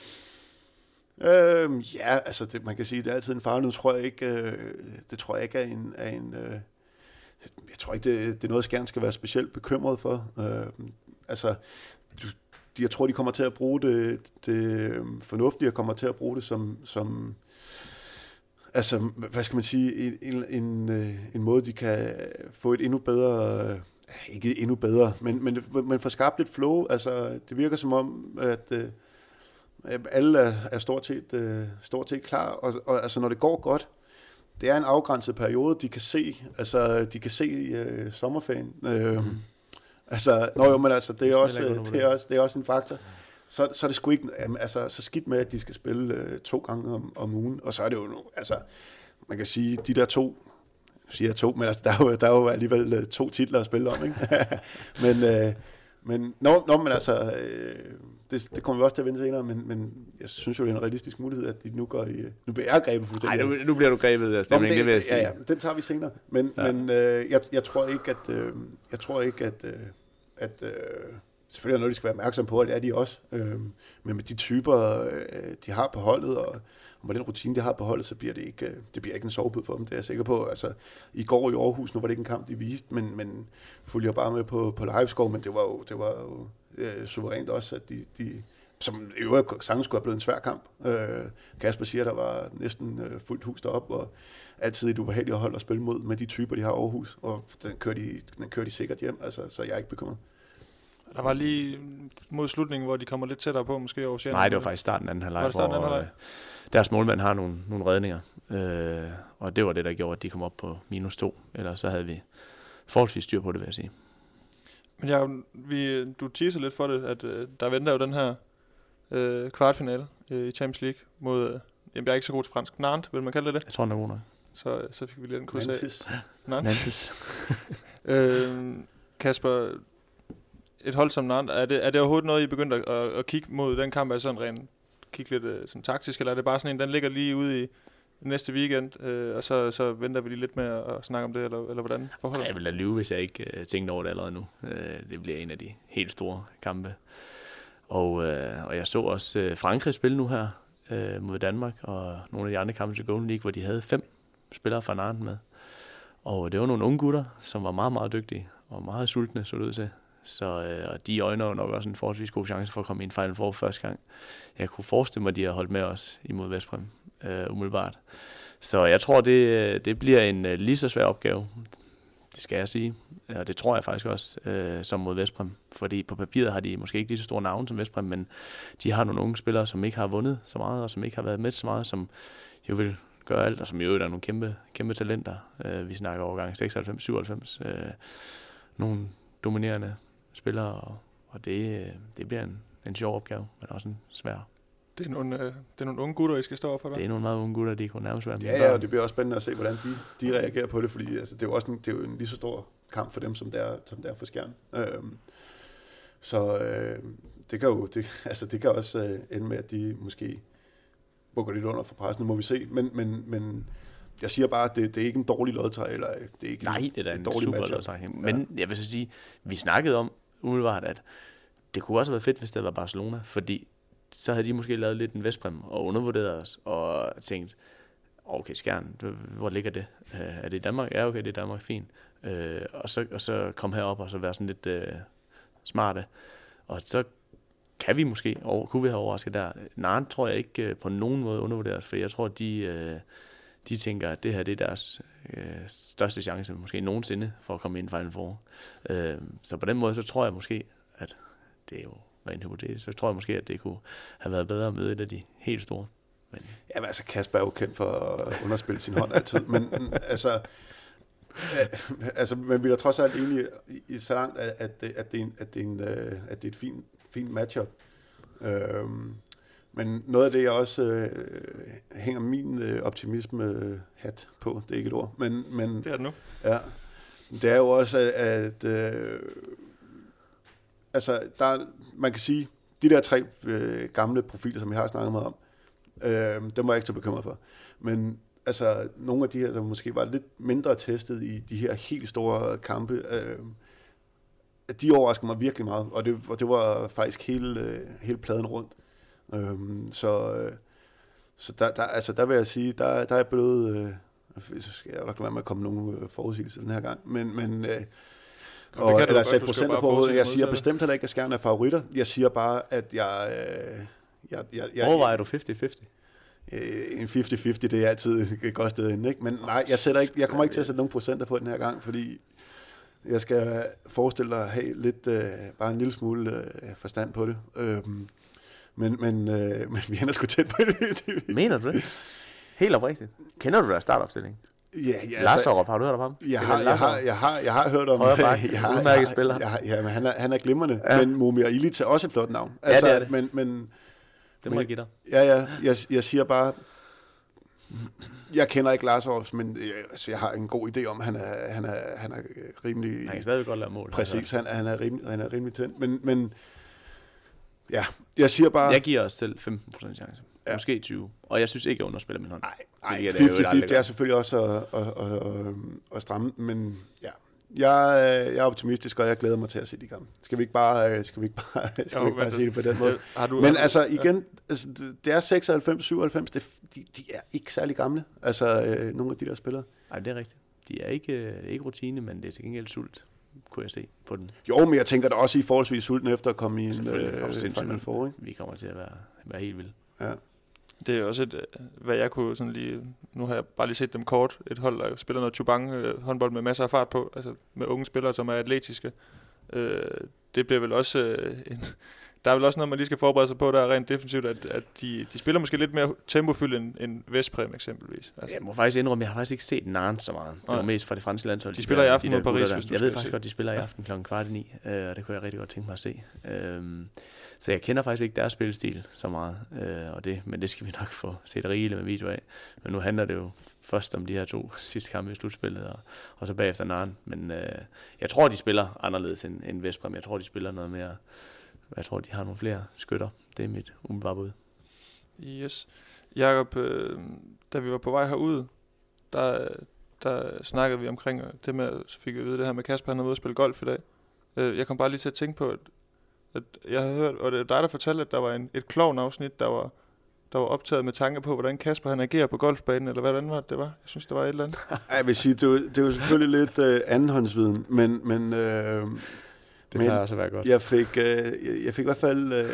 Ja, altså man kan sige, det er altid en fare. Nu tror jeg ikke, det tror jeg ikke er en jeg tror ikke, det er noget, Skjern skal være specielt bekymret for. Altså, jeg tror, de kommer til at bruge det fornuftige, og kommer til at bruge det som altså, hvad skal man sige, en måde, de kan få et endnu bedre, ikke endnu bedre, men få skabt et flow. Altså, det virker som om, at alle er stort set klar, og altså, når det går godt, det er en afgrænset periode, de kan se, altså, sommerferien. Altså, men altså, det er også en faktor. Så er det sgu ikke, altså, så skidt med, at de skal spille 2 gange om ugen, og så er det jo, altså, man kan sige, de der 2, men altså, der er jo alligevel 2 titler at spille om, ikke? men altså, det kommer vi også til at vinde senere, men jeg synes jo, det er en realistisk mulighed, at de nu går i, nu bliver jeg grebet fuldstændig. Nej, nu bliver du grebet af stemningen, det vil jeg sige. Ja, den tager vi senere, men jeg tror ikke, at selvfølgelig er noget, de skal være opmærksom på, og det er de også, men med de typer, de har på holdet, og med den rutine, de har på holdet, så bliver det ikke en sovepude for dem, det er jeg sikker på. Altså, i går i Aarhus, nu var det ikke en kamp, de viste, men fulgte jeg bare med på livescore, men det var jo suverænt også, at de som i øvrigt sagtens skulle have blevet en svær kamp. Kasper siger, der var næsten fuldt hus deroppe, og altid et ubehageligt hold at spille mod med de typer, de har i Aarhus, og den kører de sikkert hjem, altså, så jeg er ikke bekymret. Der var lige mod slutningen, hvor de kommer lidt tættere på, måske over Sjælland. Nej, det var faktisk starten af den her leg, hvor deres målmand har nogle redninger, og det var det, der gjorde, at de kom op på -2, ellers så havde vi forholdsvis styr på det, vil jeg sige. Men du teaser lidt for det, at der venter jo den her kvartfinale i Champions League mod, jeg er ikke så god til fransk, Nantes, vil man kalde det? Jeg tror, den er god nok. Så fik vi lige den kryds af. Nantes. Kasper, et hold som Nantes, er det overhovedet noget, I begyndt at kigge mod den kamp? Er sådan rent kigge lidt sådan taktisk, eller er det bare sådan en, den ligger lige ude i næste weekend, og så venter vi lige lidt med at snakke om det, eller hvordan forholder det? Jeg vil da lyve, hvis jeg ikke tænkte over det allerede nu. Det bliver en af de helt store kampe. Og jeg så også Frankrig spille nu her mod Danmark, og nogle af de andre kampe til Golden League, hvor de havde 5 spillere fra Nantes med. Og det var nogle unge gutter, som var meget, meget dygtige, og meget sultne, så det ud til. Så og de øjner jo nok også en forholdsvis god chance for at komme i en Final Four første gang. Jeg kunne forestille mig, at de har holdt med os imod West Brom, umiddelbart. Så jeg tror, det bliver en lige så svær opgave, det skal jeg sige. Og det tror jeg faktisk også, som mod West Brom. Fordi på papiret har de måske ikke lige så store navne som West Brom, men de har nogle unge spillere, som ikke har vundet så meget, og som ikke har været med så meget, som jo vil gøre alt, og som jo er nogle kæmpe talenter. Vi snakker overgang 96-97. Nogle dominerende spillere, og det bliver en sjov opgave, men også en svær. Det er nogle unge gutter, I skal stå for der. Det er nogle meget unge gutter, de kunne nærmest være med. Ja, og det bliver også spændende at se, hvordan de reagerer på det, fordi altså, det er jo en lige så stor kamp for dem, som det er for Skjern. Så det kan også ende med, at de måske bukker lidt under for pressen, nu må vi se. Men jeg siger bare, at det er ikke en dårlig lodtræk, eller det er ikke det er da en super lodtræk. Ja. Men jeg vil så sige, vi snakkede om umiddelbart, at det kunne også have været fedt, hvis det var Barcelona, fordi så havde de måske lavet lidt en West Brom og undervurderet os, og tænkt, okay, Skjern, hvor ligger det? Er det i Danmark? Ja, okay, det er Danmark, fint. Og så kom herop og så være sådan lidt smarte. Og så kan vi måske, kunne vi have overrasket der. Nantes tror jeg ikke på nogen måde undervurderes, for jeg tror, de tænker, at det her det er deres største chance, måske nogensinde, for at komme ind i Final Four. Så på den måde, så tror jeg måske, at det er jo en hypotetisk, så tror jeg måske, at det kunne have været bedre at møde et af de helt store. Men ja, men altså Kasper er jo kendt for at underspille sin hånd altid, men men vi er trods alt enige i så langt, at det er et fint matchup. Men noget af det, jeg også hænger min optimisme hat på, det er ikke et ord, men det er det nu. Ja, det er jo også, at man kan sige, de der 3 gamle profiler, som jeg har snakket meget om, dem var jeg ikke så bekymret for. Men altså nogle af de her, der måske var lidt mindre testet i de her helt store kampe, de overrasker mig virkelig meget, og det var faktisk hele pladen rundt. Så der vil jeg sige, der er blevet, så skal jeg nok være med at komme nogle forudsigelser den her gang, men eller sætte procenter på hovedet. Jeg siger bestemt heller ikke, at Skjern er favoritter. Jeg siger bare, at jeg overvejer du 50-50? En 50-50, det er altid et godt sted inde, ikke? Men nej, jeg kommer ikke til at sætte nogle procenter på den her gang, fordi jeg skal forestille dig at have lidt, bare en lille smule forstand på det. Men vi ender sgu tæt på det. Mener du det? Helt oprigtigt. Kender du deres startopstilling? Ja, Lazarev, har du hørt om ham? Jeg har hørt om udmærket spiller. Men han er glimrende, men Momir Ilic er også et flot navn. Altså, ja, det er det. Men det må jeg give dig. Ja, jeg siger bare, jeg kender ikke Lazarev, men jeg har en god idé om, han er rimelig. Han kan stadig godt lave mål. Præcis, han er rimelig tændt, men ja, jeg siger bare. Jeg giver os selv 15% chance. Ja. Måske 20. Og jeg synes ikke, jeg underspiller min hånd. Nej, 50-50 er selvfølgelig også at stramme, men ja. Jeg er optimistisk, og jeg glæder mig til at se de gamle. Skal vi ikke bare sige det på den måde? Men altså igen, det er 96, 97, de er ikke særlig gamle, altså nogle af de der spillere. Nej, det er rigtigt. De er ikke rutine, men det er til gengæld sult, kunne jeg se på den. Jo, men jeg tænker da også i forholdsvis sulten efter at komme i en Final Four, ikke? Vi kommer til at være helt vilde. Ja. Det er også hvad jeg kunne sådan lige, nu har jeg bare lige set dem kort, et hold, der spiller noget Chubang håndbold med masser af fart på, altså med unge spillere, som er atletiske. Det bliver vel også der er vel også noget, man lige skal forberede sig på, der er rent defensivt, at de spiller måske lidt mere tempofyldt end Vestprem eksempelvis. Altså. Jeg må faktisk indrømme, jeg har faktisk ikke set Nantes så meget. Det var mest fra det franske landshold. De spiller i aften mod Paris, hvis du jeg ved faktisk godt, de spiller i aften kl. 8:15, og det kunne jeg rigtig godt tænke mig at se. Så jeg kender faktisk ikke deres spillestil så meget, men det skal vi nok få set rigeligt med video af. Men nu handler det jo først om de her 2 sidste kampe i slutspillet, og så bagefter Nantes. Men jeg tror, de spiller anderledes end Vestprem. Jeg tror, de spiller noget mere. Jeg tror, de har nogle flere skytter. Det er mit umiddelbare bud. Yes. Jakob, da vi var på vej herud, der snakkede vi omkring det med, så fik vi at vide det her med Kasper, han er ude at spille golf i dag. Jeg kom bare lige til at tænke på, at jeg havde hørt, og det er dig, der fortalte, at der var et klovn-afsnit, der var optaget med tanke på, hvordan Kasper han agerer på golfbanen, eller hvordan var det var? Jeg synes, det var et eller andet. Jeg vil sige, det var selvfølgelig lidt andenhåndsviden, men det kan altså være godt. Jeg fik i hvert fald.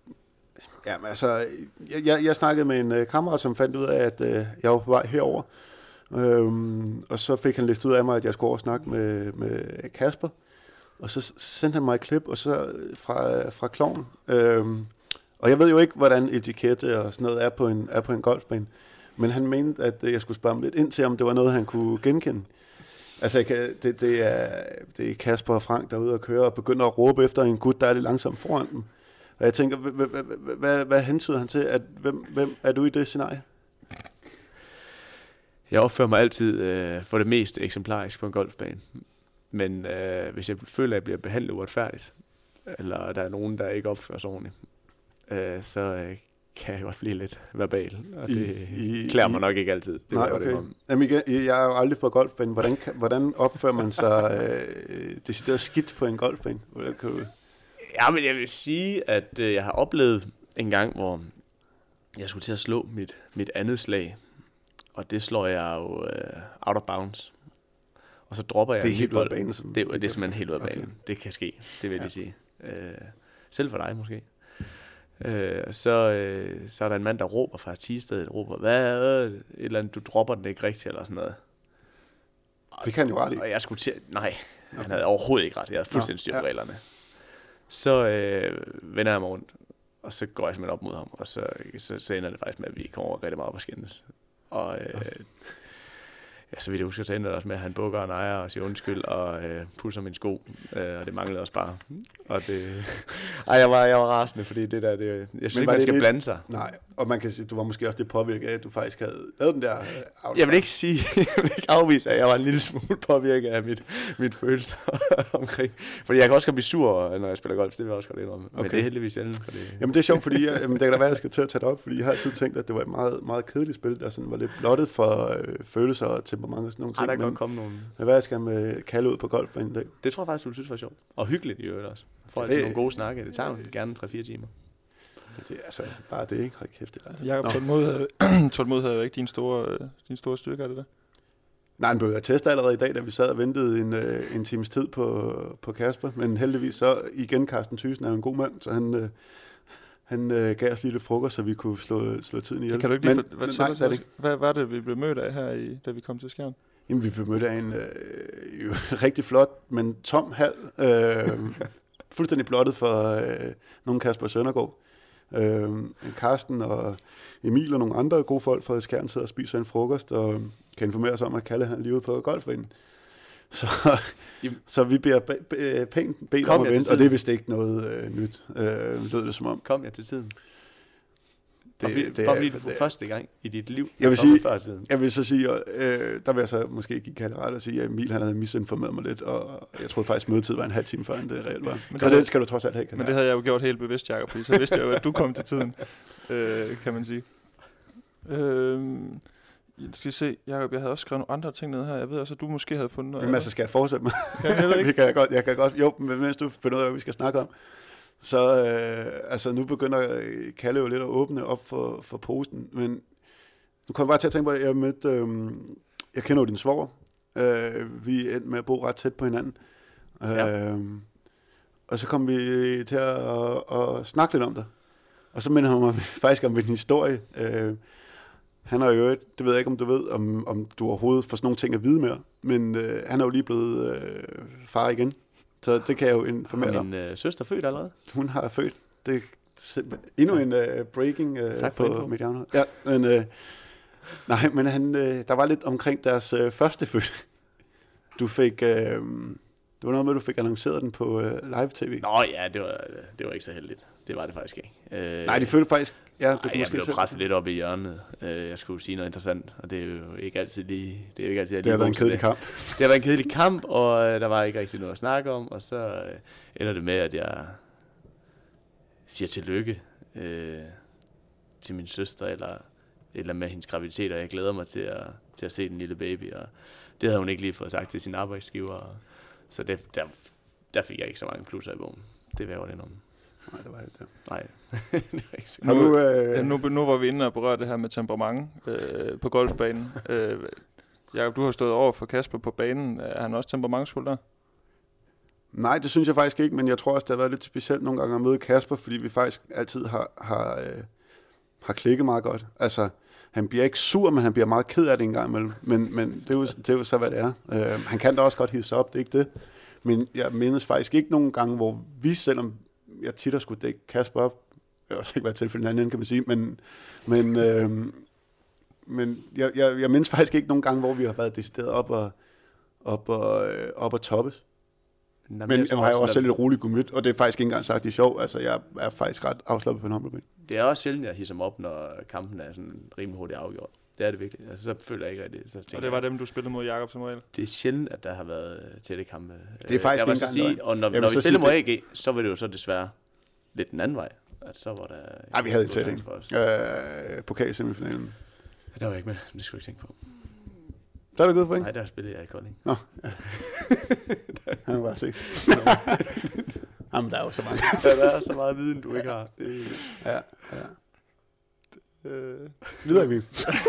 Jeg snakkede med en kammerat, som fandt ud af, at jeg var på vej herover, og så fik han listet ud af mig, at jeg skulle over og snakke med Kasper, og så sendte han mig et klip, og så fra Klovn. Og jeg ved jo ikke, hvordan etikette og sådan noget er på en golfbane, men han mente, at jeg skulle spørge ham lidt ind til, om det var noget, han kunne genkende. Altså, det er Kasper og Frank, der er ude og køre og begynder at råbe efter en gut, der er lidt langsomt foran dem. Og jeg tænker, hvad hensyder han til? Hvem er du i det scenarie? Jeg opfører mig altid for det mest eksemplarisk på en golfbane. Men hvis jeg føler, at jeg bliver behandlet uretfærdigt, eller der er nogen, der ikke opfører sig ordentligt, så kan jeg godt blive lidt verbal, og det klæder mig nok ikke altid. Det nej, okay. Jamen igen, jeg er jo aldrig på golfbanen. Hvordan opfører man sig decideret skidt på en golfbane? Ja, men jeg vil sige, at jeg har oplevet en gang, hvor jeg skulle til at slå mit andet slag, og det slår jeg jo out of bounds. Og så dropper jeg det er helt ud af banen. Det er simpelthen helt ud af banen. Det kan ske, det vil jeg sige. Selv for dig måske. Så er der en mand, der råber fra Tisted, hvad, et eller andet, du dropper den ikke rigtigt, eller sådan noget. Det kan jo ret i. Og jeg skulle til, nej, han havde overhovedet ikke ret. Jeg havde fuldstændig styr på reglerne. Så vender jeg mig rundt, og så går jeg simpelthen op mod ham, og så ender det faktisk med, at vi kommer over rigtig meget op og skændes. Og Ja, så vidt jeg husker, så endte det også med, at han bukker og ejer og siger undskyld og pusser min sko. Og det manglede også bare. Og det... jeg var rasende, fordi det der, jeg synes ikke, man skal blande sig. Nej, og man kan sige, du var måske også det påvirket af, at du faktisk havde lavet den der... Jeg vil ikke afvise, at jeg var en lille smule påvirket af mit følelser omkring. Fordi jeg kan også godt blive sur, når jeg spiller golf, det vil jeg også godt indrømme. Okay. Men det er heldigvis sjældent. Jamen det er sjovt, fordi det kan da være, at jeg skal til at tage det op, fordi jeg har altid tænkt, at det var et meget, meget kedeligt spil, der sådan var lidt blottet for følelser og temperament og sådan nogle ting. Der kan godt komme nogle... Hvad jeg skal med Kalle ud på golfbanen i dag? Det tror jeg faktisk, du synes var sjovt. Og hyggeligt i øvrigt også. For altid nogle gode snakke. Det tager gerne 3-4 timer. Det er altså bare det, ikke? Hold kæft, det altså. Jakob, tålmodighed havde jo ikke din store styrke, er det? Nej, han blev jo testet allerede i dag, da vi sad og ventede en times tid på Kasper. Men heldigvis så igen, Carsten Thyssen er jo en god mand, så han gav os lige lidt frokost, så vi kunne slå tiden ihjel. Kan du ikke lige fortælle os, hvad var det, vi blev mødt af her, da vi kom til Skjern? Jamen, vi blev mødt af en rigtig flot, men tom hal. Fuldstændig blottet for nogle Kasper Søndergaard. Carsten og Emil og nogle andre gode folk fra Skjern sidder og spiser en frokost, og kan informere os om, at Kalle han lige ude på golfbanen. Så vi bliver pænt bedt om at vente, og det er vist ikke noget nyt, lød det som om. Kom jeg til tiden? Det er første gang i dit liv, jeg vil så sige, der vil jeg så måske give Kalle ret og sige, at Emil han havde misinformeret mig lidt, og jeg troede faktisk, mødetid var en halv time før, end det reelt var. Så det skal du trods alt have, Kalle. Men det havde jeg jo gjort helt bevidst, Jacob, fordi så vidste jeg jo, at du kom til tiden, kan man sige. Jeg skal se, Jacob, jeg havde også skrevet nogle andre ting ned her. Jeg ved også, at du måske havde fundet noget. Men altså, skal jeg fortsætte med? Jeg kan godt. Jo, men mens du finder ud af, hvad vi skal snakke om. Så nu begynder Kalle jo lidt at åbne op for posen. Men nu kommer jeg bare til at tænke på, at jeg kender jo din svoger. Vi endte med at bo ret tæt på hinanden. Ja. Og så kom vi til at snakke lidt om det. Og så minder han mig faktisk om en historie. Han har jo det ved jeg ikke, om du ved, om du overhovedet får sådan nogle ting at vide mere, men han er jo lige blevet far igen, så det kan jeg jo informere dig om. Min søster født allerede? Hun har født. Det er endnu en breaking på Mediano. Ja, men der var lidt omkring deres første født. Du fik... Det var noget med, at du fik annonceret den på live-tv. Nå ja, det var ikke så heldigt. Det var det faktisk ikke. Nej, de følte faktisk... Ja, jeg blev presset lidt op i hjørnet. Jeg skulle sige noget interessant, og det er jo ikke altid lige... Det har været en kedelig kamp. Det har været en kedelig kamp, og der var ikke rigtig noget at snakke om, og så ender det med, at jeg siger tillykke til min søster, eller med hendes graviditet, og jeg glæder mig til at se den lille baby, og det havde hun ikke lige fået sagt til sin arbejdsgiver, så der fik jeg ikke så mange plusser i bogen. Det var jo det om. Nej, det var ikke det. Nej, det var ikke så nu var vi inde og berøre det her med temperament på golfbanen. Jakob, du har stået over for Kasper på banen. Er han også temperamentsfuld der? Nej, det synes jeg faktisk ikke, men jeg tror også, det har været lidt specielt nogle gange at møde Kasper, fordi vi faktisk altid har klikket meget godt. Altså, han bliver ikke sur, men han bliver meget ked af det en gang imellem. Men det er jo så, hvad det er. Han kan da også godt hisse op, det er ikke det. Men jeg mindes faktisk ikke nogen gange, hvor vi, selvom jeg tit har skulle dække Kasper op, det har også ikke været tilfældet anden, kan man sige, men jeg mindes faktisk ikke nogen gange, hvor vi har været decideret op og toppes. Men jeg har jo også selv et roligt gemyt, og det er faktisk ikke engang sagt, det er sjovt. Altså, jeg er faktisk ret afslappet på en håndboldbane. Det er også sjældent, at jeg hisser mig op, når kampen er sådan rimelig hurtigt afgjort. Det er det virkelig. Altså, så føler jeg ikke rigtig. Og det var dem, du spillede mod Jakob som regel? Det er sjældent, at der har været tætte kampe. Det er faktisk ikke engang sige, og når vi spillede mod AG, så var det jo så desværre lidt den anden vej. At så var der... Nej, vi havde en tætting. Pokalsemifinalen. Der var jeg ikke med. Det skulle jeg ikke tænke på. Der er du gået point? Nej, der spillede jeg i Kolding. Nå, ja. Han har bare set. Jamen, der er jo så mange. Ja, der er så meget viden, du ikke har. Ja. Videre, vi.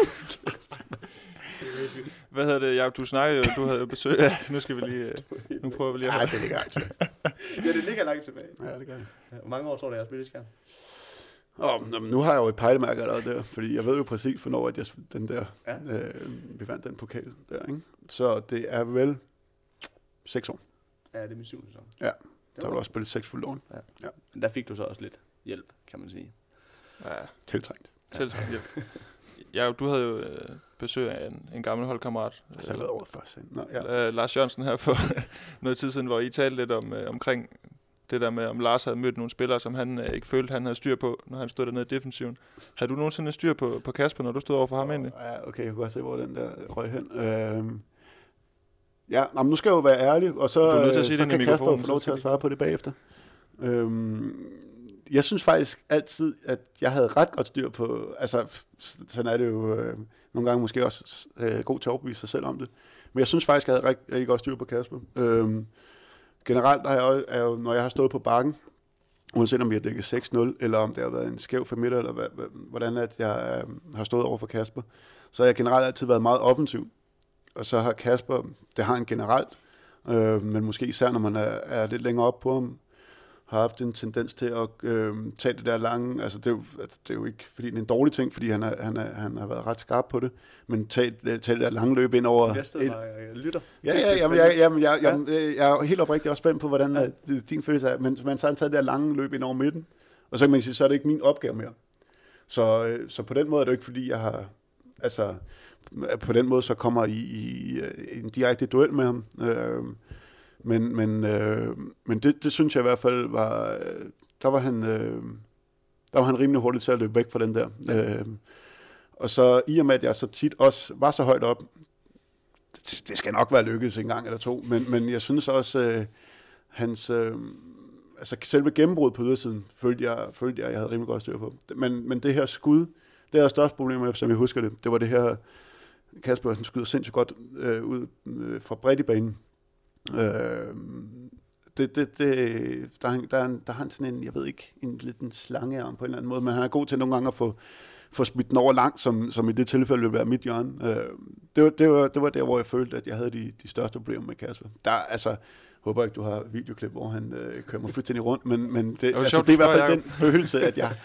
Hvad hedder det, Jacob? Du snakkede jo, du havde jo besøg. Ja, nu skal vi lige... Nu prøver vi lige at... Nej, det ligger langt tilbage. Ja, det ligger langt tilbage. Ja, det gør det. Hvor mange år tror du, jeg har spillet i Skjern? Nu har jeg jo et pejlemærke allerede der, fordi jeg ved jo præcis, hvornår at vi vandt den pokal der, ikke? Så det er vel 6 år. Ja, det er min 7. sæson. Ja, der har du også spillet 6 fulde år. Ja. Men der fik du så også lidt hjælp, kan man sige. Ja. Tiltrængt hjælp. Ja, du havde jo besøg af en gammel holdkammerat. Altså allerede året først. Lars Jørgensen her for noget tid siden, hvor I talte lidt omkring det der med, om Lars havde mødt nogle spillere, som han ikke følte, han havde styr på, når han stod dernede i defensiven. Havde du nogensinde styr på Kasper, når du stod over for ham egentlig? Ja, okay, jeg kunne godt se, hvor den der røg hen. Ja, men nu skal jeg jo være ærlig, og så, så kan Kasper få lov til at svare på det bagefter. Jeg synes faktisk altid, at jeg havde ret godt styr på, altså sådan er det jo nogle gange måske også god til at overbevise sig selv om det, men jeg synes faktisk, at jeg havde rigtig godt styr på Kasper. Generelt er jo, når jeg har stået på bakken, uanset om vi har dækket 6-0, eller om det har været en skæv familie, eller hvordan at jeg har stået over for Kasper, så har jeg generelt altid været meget offensiv. Og så har Kasper, det har han generelt, men måske især når man er lidt længere op på ham, har haft en tendens til at tage det der lange, altså det er jo ikke fordi det er en dårlig ting, fordi han har været ret skarp på det, men tage det der lange løb ind over... Jeg lytter. Jeg er helt oprigtigt også spændt på, hvordan din følelse er, men så har han taget det der lange løb ind over midten, og så kan man sige, så er det ikke min opgave mere. Så på den måde er det jo ikke fordi, jeg har... Altså, på den måde så kommer i en direkte duel med ham. Men det synes jeg i hvert fald var... Der var han rimelig hurtigt til at løbe væk fra den der. Og så i og med, at jeg så tit også var så højt op, det skal nok være lykkedes en gang eller to, men jeg synes også, hans... altså selve gennembruddet på ydersiden, følte jeg havde rimelig godt styr på. Men det her skud, det er største problem med, som jeg husker det, det var det her, Kasper skyder sindssygt godt ud fra bredt i banen. Der har han sådan en, jeg ved ikke, en liten slangearm på en eller anden måde, men han er god til nogle gange at få smidt den over langt, som i det tilfælde ville være mit hjørne. Det var der, hvor jeg følte, at jeg havde de største problemer med Kasper. Der, altså, håber ikke, du har videoklip, hvor han kører mig fuldstændig rundt, men det er i hvert fald den følelse,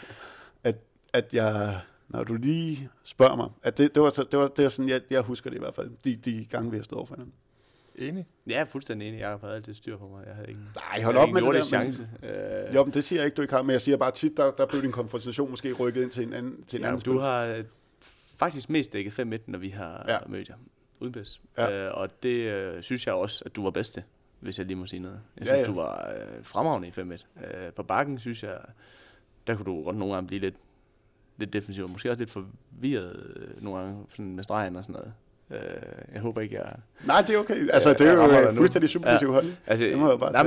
at jeg når du lige spørger mig, at det var sådan, jeg husker det i hvert fald, de gange, vi har stået over for hinanden. Enig? Ja, fuldstændig enig. Jeg har altid styr på mig. Jeg havde ikke... Nej, hold op med det der. Chance. Jo, men det siger jeg ikke, du ikke har, men jeg siger bare tit, der blev din konfrontation måske rykket ind til en anden du har faktisk mest dækket 5-1, når vi har mødt jer. Uden bedst. Ja. Og det synes jeg også, at du var bedst til, hvis jeg lige må sige noget. Jeg synes, du var fremragende i 5-1. På bakken, synes jeg, der kunne du godt nogle gange blive lidt defensiv. Måske også lidt forvirret nogle gange sådan med stregen og sådan noget. Jeg håber ikke, jeg... Nej, det er okay. Altså, det er jo fuldstændig subjektivt hold. Altså, det må jeg bare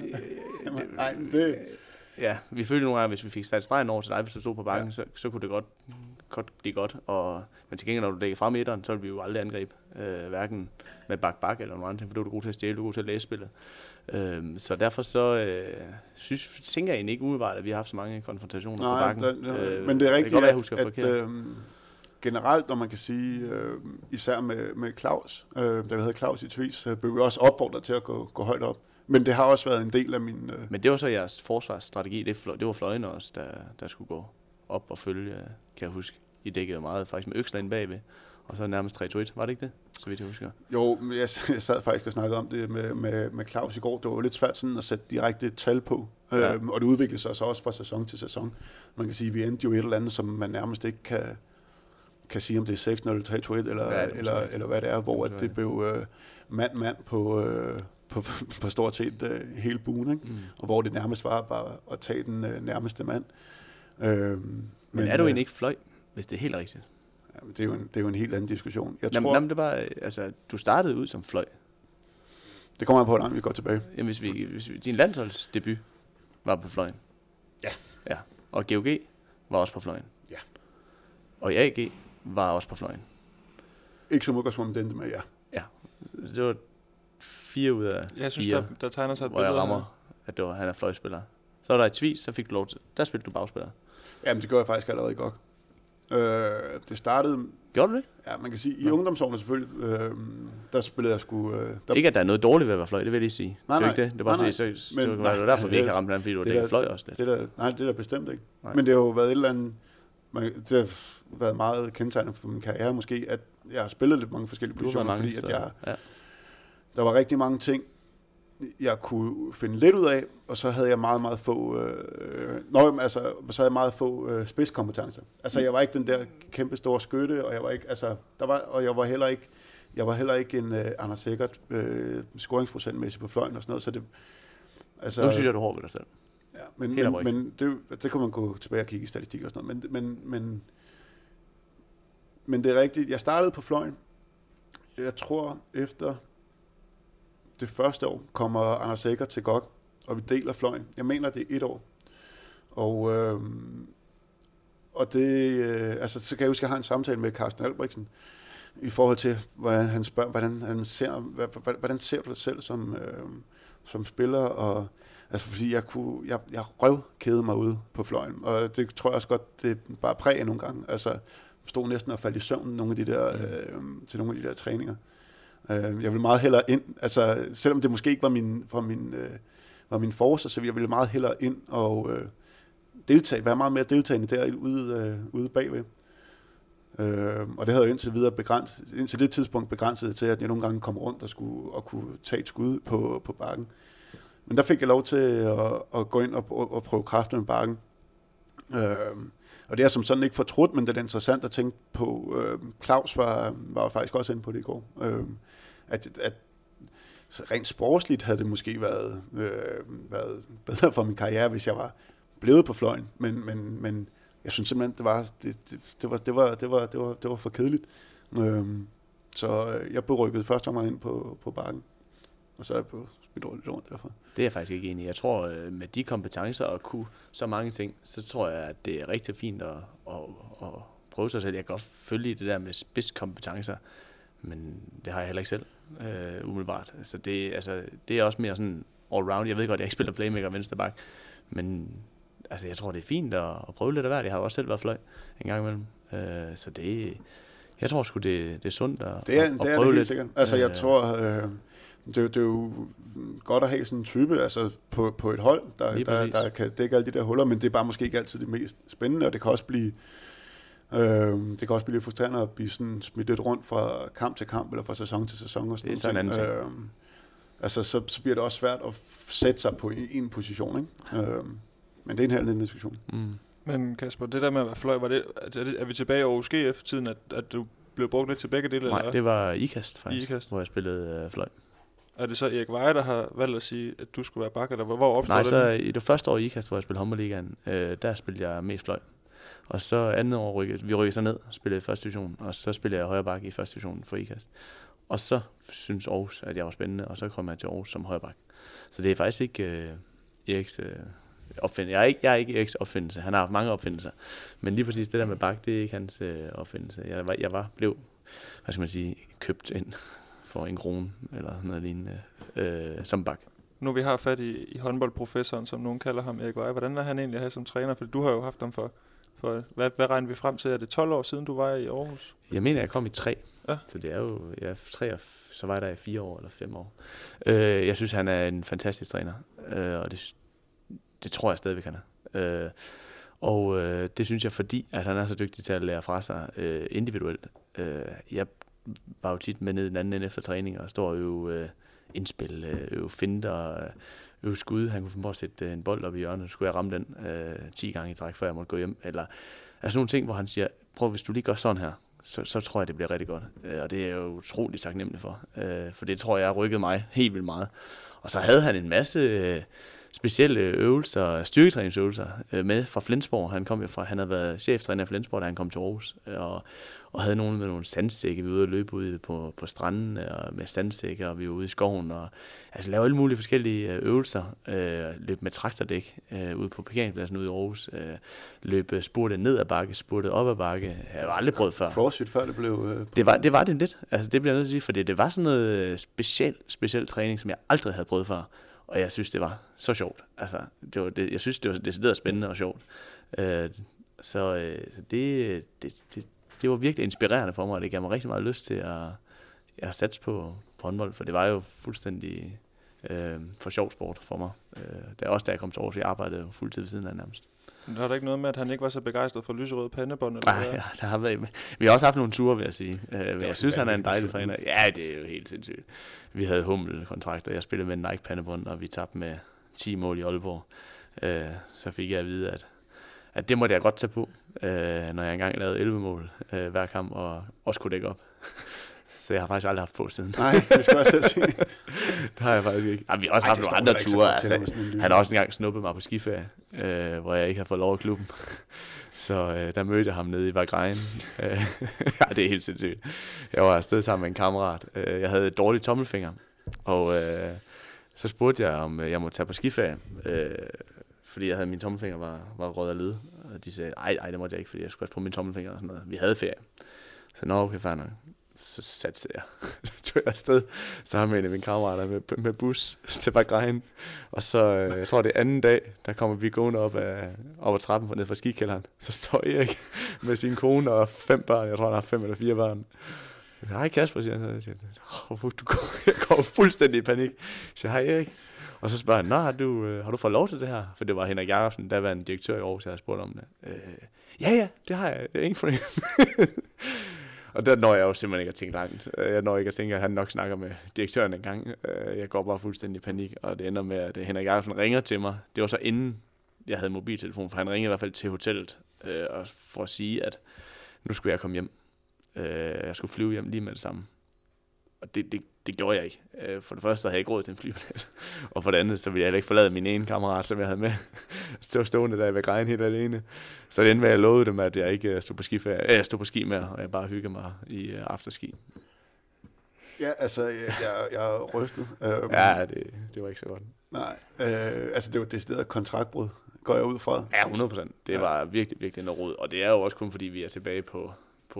tage. Ja, vi følte nogle gange, hvis vi fik sat stregen over til dig, hvis du stod på bakken, så kunne det godt blive godt. Men til gengæld, når du dækker frem i etteren, så vil vi jo aldrig angribe. Hverken med bak eller noget andet, for du er god til at stjæle, du er god til at læse spillet. Så derfor så tænker jeg egentlig ikke umiddelbart, at vi har haft så mange konfrontationer på bakken. Men det er rigtigt, at generelt, når man kan sige, især med Claus, da vi havde Claus i Tvis, blev vi også opfordret til at gå højt op. Men det har også været en del af min... Men det var så jeres forsvarsstrategi, det var fløjene også, der skulle gå op og følge, kan jeg huske. I dækkede meget faktisk med øksler inde bagved, og så nærmest 3-2-1, var det ikke det? Så vidt jeg husker. Jo, jeg sad faktisk og snakkede om det med Claus i går. Det var jo lidt svært sådan at sætte direkte et tal på, og det udviklede sig så også fra sæson til sæson. Man kan sige, at vi endte jo et eller andet, som man nærmest ikke kan sige, om det er 6-0 eller 3-2-1, eller hvad det er, hvor det blev mand på stort set hele buen, ikke? Og hvor det nærmest var bare at tage den nærmeste mand. Men er du egentlig ikke fløj, hvis det er helt rigtigt? Ja, det er jo en helt anden diskussion. Jeg tror, det var, altså, du startede ud som fløj. Det kommer an på, hvordan vi går tilbage. Jamen, hvis din landsholdsdebut var på fløjen. Ja. Og GOG var også på fløjen. Ja. Og AG var også på fløjen. Ikke som udgangspunkt, men det med, ja. Ja, det var 4 ud af 4, jeg synes, der tegner sig et billede, hvor jeg rammer, at han er fløjspiller. Så var der et Tvis, så fik du lov til, der spillede du bagspiller. Jamen, det gjorde jeg faktisk allerede godt. Det startede... Gjorde du det? Ja, man kan sige, i ungdomsårene selvfølgelig, der spillede jeg sgu... Ikke, at der er noget dårligt ved at være fløj, det vil jeg lige sige. Nej, det er ikke det. Det var bare fordi, så var det derfor, vi ikke har ramt den, fordi du var dækket fløj også lidt. Det er der bestemt ikke. Nej. Men det har jo været et eller andet... Det har været meget kendetegnende for min karriere måske, at jeg har spillet lidt mange forskellige positioner, fordi at der var rigtig mange ting, jeg kunne finde lidt ud af, og så havde jeg meget, meget få, så havde jeg meget få spidskompetencer. Altså, jeg var ikke den der kæmpe store skytte, og jeg var ikke, altså, jeg var heller ikke en Anders Sikkert scoringsprocentmæssigt på fløjen og sådan noget, så det, altså... Nu synes jeg, du er hård ved dig selv. Ja, men det kunne man gå tilbage og kigge i statistik og sådan noget, men det er rigtigt. Jeg startede på fløjen. Jeg tror, efter det første år kommer Anders Sikkert til GOG, og vi deler fløjen. Jeg mener, det er 1 år. Og det, altså, så kan jeg huske, at jeg har en samtale med Carsten Albrechtsen, i forhold til, hvordan han spørger, hvordan ser du dig selv som spiller, og altså, fordi jeg røvkædede mig ude på fløjen, og det tror jeg også godt, det bare præger nogle gange. Altså, stod næsten og faldt i søvn nogle af de der, til nogle af de der træninger. Jeg ville meget hellere ind, altså, selvom det måske ikke var min force, så jeg ville meget hellere ind og være meget mere deltagende der ude bagved. Og det havde jeg indtil det tidspunkt begrænset til, at jeg nogle gange kom rundt og kunne tage et skud på bakken. Men der fik jeg lov til at gå ind og prøve kræfter med bakken. Og det er som sådan ikke fortrudt, men det er interessant at tænke på. Claus var faktisk også inde på det i går. At rent sportsligt havde det måske været bedre for min karriere, hvis jeg var blevet på fløjen. Men jeg synes simpelthen, det var for kedeligt. Så jeg blev rykket første omgang ind på bakken, og så er jeg på smidt rundt derfra. Det er jeg faktisk ikke enig i. Jeg tror, med de kompetencer og kunne så mange ting, så tror jeg, at det er rigtig fint at prøve sig selv. Jeg kan godt følge det der med spidskompetencer, men det har jeg heller ikke selv, umiddelbart. Så det er også mere sådan all-round. Jeg ved godt, at jeg ikke spiller playmaker og venstreback, men altså, jeg tror, det er fint at prøve lidt af hvert. Jeg har også selv været fløj en gang imellem. Så jeg tror sgu, det er sundt at prøve lidt. Sikkert. Altså, jeg tror, det er jo godt at have sådan en type, altså på et hold, der kan dække alle de der huller, men det er bare måske ikke altid det mest spændende, og det kan også blive lidt frustrerende at blive sådan smidt lidt rundt fra kamp til kamp, eller fra sæson til sæson og sådan noget. Det er sådan en anden ting. Altså, så bliver det også svært at sætte sig på en position, ikke? Men det er en helt anden diskussion. Mm. Men Kasper, det der med at være fløj, er vi tilbage i Aarhus GF-tiden, at du blev brugt lidt til begge dele? Nej, eller? Det var IKAST faktisk, hvor jeg spillede fløj. Er det så Erik Veje, der har valgt at sige, at du skulle være bakker? Hvor opstod det? Nej, så i det første år i IKAST, hvor jeg spillede håndboldligaen, der spillede jeg mest fløj. Og så andet år rykkede så ned, spillede i første division, og så spillede jeg højre bakke i første division for IKAST. Og så synes Aarhus, at jeg var spændende, og så kom jeg til Aarhus som højre bakke. Så det er faktisk ikke Eriks opfindelse. Jeg er ikke Eriks opfindelse. Han har haft mange opfindelser. Men lige præcis det der med bak, det er ikke hans opfindelse. Jeg blev, hvad skal man sige, købt ind for 1 krone, eller noget lignende, som bak. Nu vi har fat i håndboldprofessoren, som nogen kalder ham, Erik Veje. Hvordan er han egentlig at have som træner? For du har jo haft ham for hvad regner vi frem til? Er det 12 år siden, du var i Aarhus? Jeg mener, jeg kom i 3. Ja. Så det er jo 3, og så var jeg der i 4 år eller 5 år. Jeg synes, han er en fantastisk træner, og det tror jeg stadigvæk, han er. Og det synes jeg, fordi at han er så dygtig til at lære fra sig individuelt. Jeg var jo tit med ned i den anden ende efter træning, og står jo indspil, finder, skud. Han kunne finde på at sætte en bold op i hjørnet, så skulle jeg ramme den 10 gange i træk, før jeg måtte gå hjem. Eller altså nogle ting, hvor han siger, prøv hvis du lige gør sådan her, så tror jeg, det bliver rigtig godt. Og det er jeg jo utroligt taknemmelig for. For det tror jeg har rykket mig helt vildt meget. Og så havde han en masse specielle øvelser, styrketræningsøvelser med fra Flensborg. Han kom jo fra, han havde været cheftræner i Flensborg, da han kom til Aarhus. Og havde nogen med nogle sandsække. Vi var ude og løbe ude på stranden og med sandsække, og vi var ude i skoven. Og altså lave alle mulige forskellige øvelser. Løb med traktordæk ude på parkeringspladsen ude i Aarhus. Løb spurte ned ad bakke, spurte op ad bakke. Jeg har aldrig prøvet før. Crossfit før det blev... Det var det lidt. Altså det bliver jeg nødt til at sige, fordi det var sådan noget speciel træning, som jeg aldrig havde prøvet før. Og jeg synes, det var så sjovt. Altså, jeg synes, det var decideret spændende og sjovt. Så det var virkelig inspirerende for mig, og det gav mig rigtig meget lyst til at satse på håndbold, for det var jo fuldstændig for sjov sport for mig. Det er også da jeg kom til Aarhus, jeg arbejdede fuldtid ved siden af nærmest. Har der ikke noget med, at han ikke var så begejstret for lyserød pandebånd? Nej, ja, der har været. Vi har også haft nogle ture, vil jeg sige. Men jeg synes, han er en dejlig træner. Ja, det er jo helt sindssygt. Vi havde Hummel-kontrakter. Jeg spillede med en Nike pandebånd, og vi tabte med 10 mål i Aalborg. Så fik jeg at vide, at det måtte jeg godt tage på, når jeg engang lavede 11 mål hver kamp, og også kunne dække op. Så jeg har faktisk aldrig haft på siden. Nej, det skal jeg også sige. Det har jeg faktisk ikke. Jamen, vi har også haft nogle andre ture. Altså, han har også engang snuppet mig på skiferie, hvor jeg ikke har fået lov af klubben. Så der mødte jeg ham nede i Vagrejen. Ja, det er helt sindssygt. Jeg var afsted sammen med en kammerat. Jeg havde et dårligt tommelfinger, og så spurgte jeg, om jeg måtte tage på skiferie, fordi jeg havde min tommelfinger var rød af led. Og de sagde, nej, det måtte jeg ikke, fordi jeg skulle på min tommelfinger og sådan noget. Vi havde ferie. Så okay, fair nok. Så satte jeg. Så tog jeg afsted sammen med en af mine kammerater med bus til Vagrejen. Og så, jeg tror det er anden dag, der kommer vi gående op ad trappen ned fra skikælderen. Så står Erik med sin kone og 5 børn. Jeg tror, han har 5 eller 4 børn. Hej Kasper, siger han. Jeg går fuldstændig i panik. Så siger, hej Erik. Og så spørger han, har du fået lov til det her? For det var Henrik Jacobsen, der var en direktør i Aarhus, jeg havde spurgt om det. Ja, det har jeg. Det er ingen problem. Og der når jeg jo simpelthen ikke at tænke langt. Jeg når ikke at tænke, at han nok snakker med direktøren en gang. Jeg går bare fuldstændig i panik, og det ender med, at Henrik Jacobsen ringer til mig. Det var så inden jeg havde mobiltelefon, for han ringede i hvert fald til hotellet, for at sige, at nu skulle jeg komme hjem. Jeg skulle flyve hjem lige med det samme. Og det gjorde jeg ikke. For det første havde jeg ikke råd til en flybillet. Og for det andet, så ville jeg heller ikke forlade min ene kammerat, som jeg havde med. Stående der ved Grejen helt alene. Så det endte med, at jeg lovede dem, at jeg ikke stod på ski mere, og jeg bare hyggede mig i afterski. Ja, altså, jeg er rystet. Ja, det var ikke så godt. Nej, altså det var decideret kontraktbrud, går jeg ud fra. Ja, 100%. Det var virkelig, virkelig noget rod. Og det er jo også kun, fordi vi er tilbage på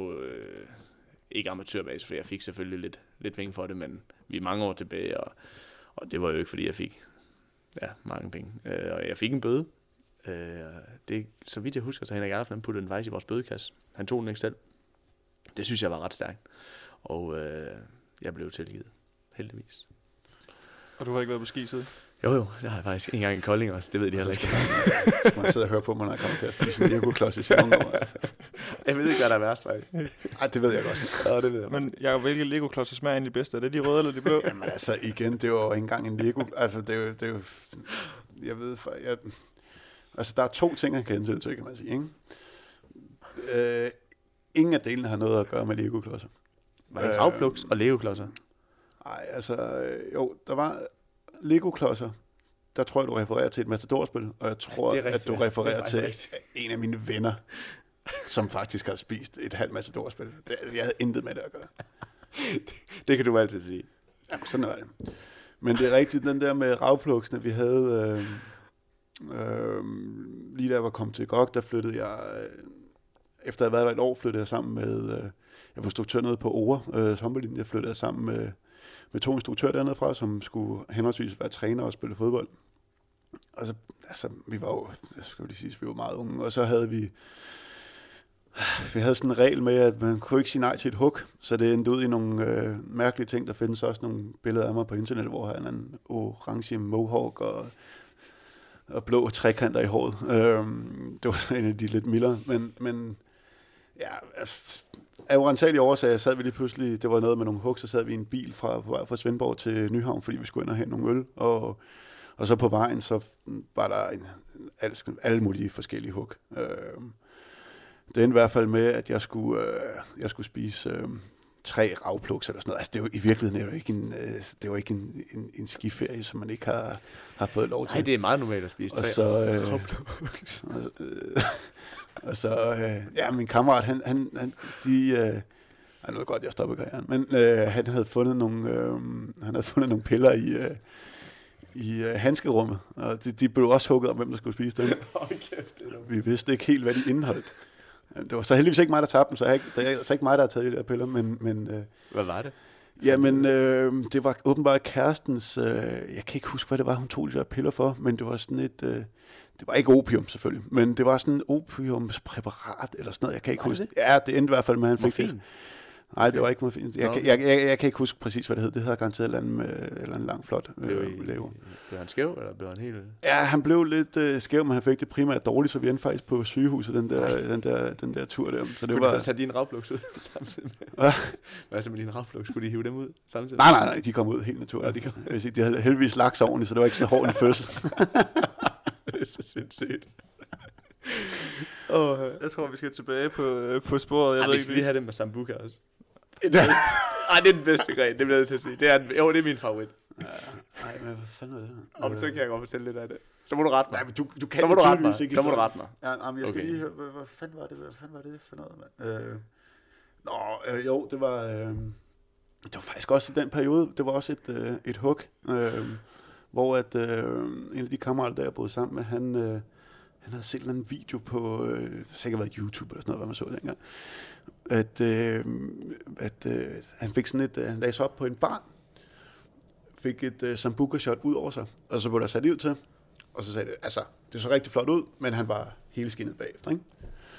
ikke amatørbase, for jeg fik selvfølgelig lidt penge for det, men vi er mange år tilbage, og det var jo ikke, fordi jeg fik mange penge. Og jeg fik en bøde. Det, så vidt jeg husker, så Henrik Jacobsen puttede den faktisk i vores bødekasse. Han tog den ikke selv. Det synes jeg var ret stærkt. Og jeg blev tilgivet, heldigvis. Og du har ikke været på ski siden? Jo, det har jeg faktisk en gang i Kolding også. Det ved de heller ikke. Så man sidder og hører på, man har kommet til at spise en Lego-klods i sin ungdom. Jeg ved ikke, hvad der er værst, faktisk. Nej, det ved jeg godt. Ja, det ved jeg. Men hvilke Lego-klodser smager egentlig bedst? Er det de røde eller de blå? Jamen altså, igen, det var jo ikke engang en Lego. Altså, det er jo jeg ved, altså, der er 2 ting, jeg kan hente til, kan man sige, ikke? Ingen af delene har noget at gøre med Lego-klodser. Var det gravpluks og Lego-klodser? Nej, altså, jo, der var Lego-klodser. Der tror jeg, du refererer til et Matador-spil, og jeg tror, at du refererer til en af mine venner, som faktisk har spist et halvt Matador-spil. Jeg havde intet med det at gøre. Det kan du altid sige. Jamen, sådan var det. Men det er rigtigt, den der med ravpluksene, vi havde, lige da jeg var kommet til GOG, der flyttede jeg, efter at have været der et år, flyttede jeg sammen med, jeg var instruktør nede på Ore, sommerlinjen, jeg flyttede sammen med 2 instruktører dernede fra, som skulle henholdsvis være træner og spille fodbold. Og så, altså, vi var jo, vi var meget unge, og så havde vi havde sådan en regel med, at man kunne ikke sige nej til et hug, så det endte ud i nogle mærkelige ting. Der findes også nogle billeder af mig på internettet, hvor han er en orange mohawk og blå trekanter i håret. Det var en af de lidt mildere, men ja, af urensagelige årsager sad vi lige pludselig, det var noget med nogle hug, så sad vi i en bil fra Svendborg til Nyhavn, fordi vi skulle ind og have nogle øl, og så på vejen, så var der alle mulige forskellige hug. Det endte i hvert fald med, at jeg skulle spise 3 ravpluks eller sådan noget. Altså, det var i virkeligheden det var ikke en skiferie, som man ikke har fået lov til. Nej, det er meget normalt at spise 3 ravpluks. Og så, min kammerat, han jeg ved godt, jeg stoppede karrieren, men han havde fundet nogle piller i handskerummet, og de blev også hugget om, hvem der skulle spise dem. Vi vidste ikke helt, hvad de indeholdt. Det var så heldigvis ikke mig, der tabte dem, så det er ikke mig, der har taget de der piller, men hvad var det? Jamen, det var åbenbart kærestens, jeg kan ikke huske, hvad det var, hun tog de der piller for, men det var sådan et, det var ikke opium selvfølgelig, men det var sådan et opiumspræparat eller sådan noget, jeg kan ikke huske. Ja, det endte i hvert fald med, at han fik det. Nej, det var ikke meget fint. Jeg kan ikke huske præcis, hvad det hed. Det hedder garanteret eller en lang flot lever. Blev han skæv, eller blev han helt... Ja, han blev lidt skæv, men han fik det primært dårligt, så vi endte faktisk på sygehuset, den der tur der. Så det kunne var... de så tage dine ravplugs ud samtidig med? Hvad så med dine ravplugs? Skulle de hive dem ud samtidig? Nej, de kom ud helt naturligt. Ja, de havde heldigvis lagt sig ordentligt, så det var ikke så hårdt en fødsel. Det er så sindssygt. Jeg tror, vi skal tilbage på sporet. Vi skal lige have det med Sambuca også. Det er den bedste gren, det bliver jeg til at sige. Det er min favorit. Nej, men hvad fanden er det her? Om så kan jeg godt fortælle lidt af det. Så må du rette mig. Nej, men du kan så må du rette mig. ikke. Så må du rette mig. Ja, men jeg skal lige høre, hvad fanden var det for noget, mand? Jo, det var faktisk også i den periode, det var også et hug, hvor at en af de kammerater, der jeg boede sammen med, han havde set en video på, det har sikkert været YouTube eller sådan noget, hvad man så dengang, at han fik sådan han lagde sig op på en barn, fik et sambuca-shot ud over sig, og så blev der sat ild til, og så sagde det, altså, det så rigtig flot ud, men han var hele skinnet bagefter, ikke?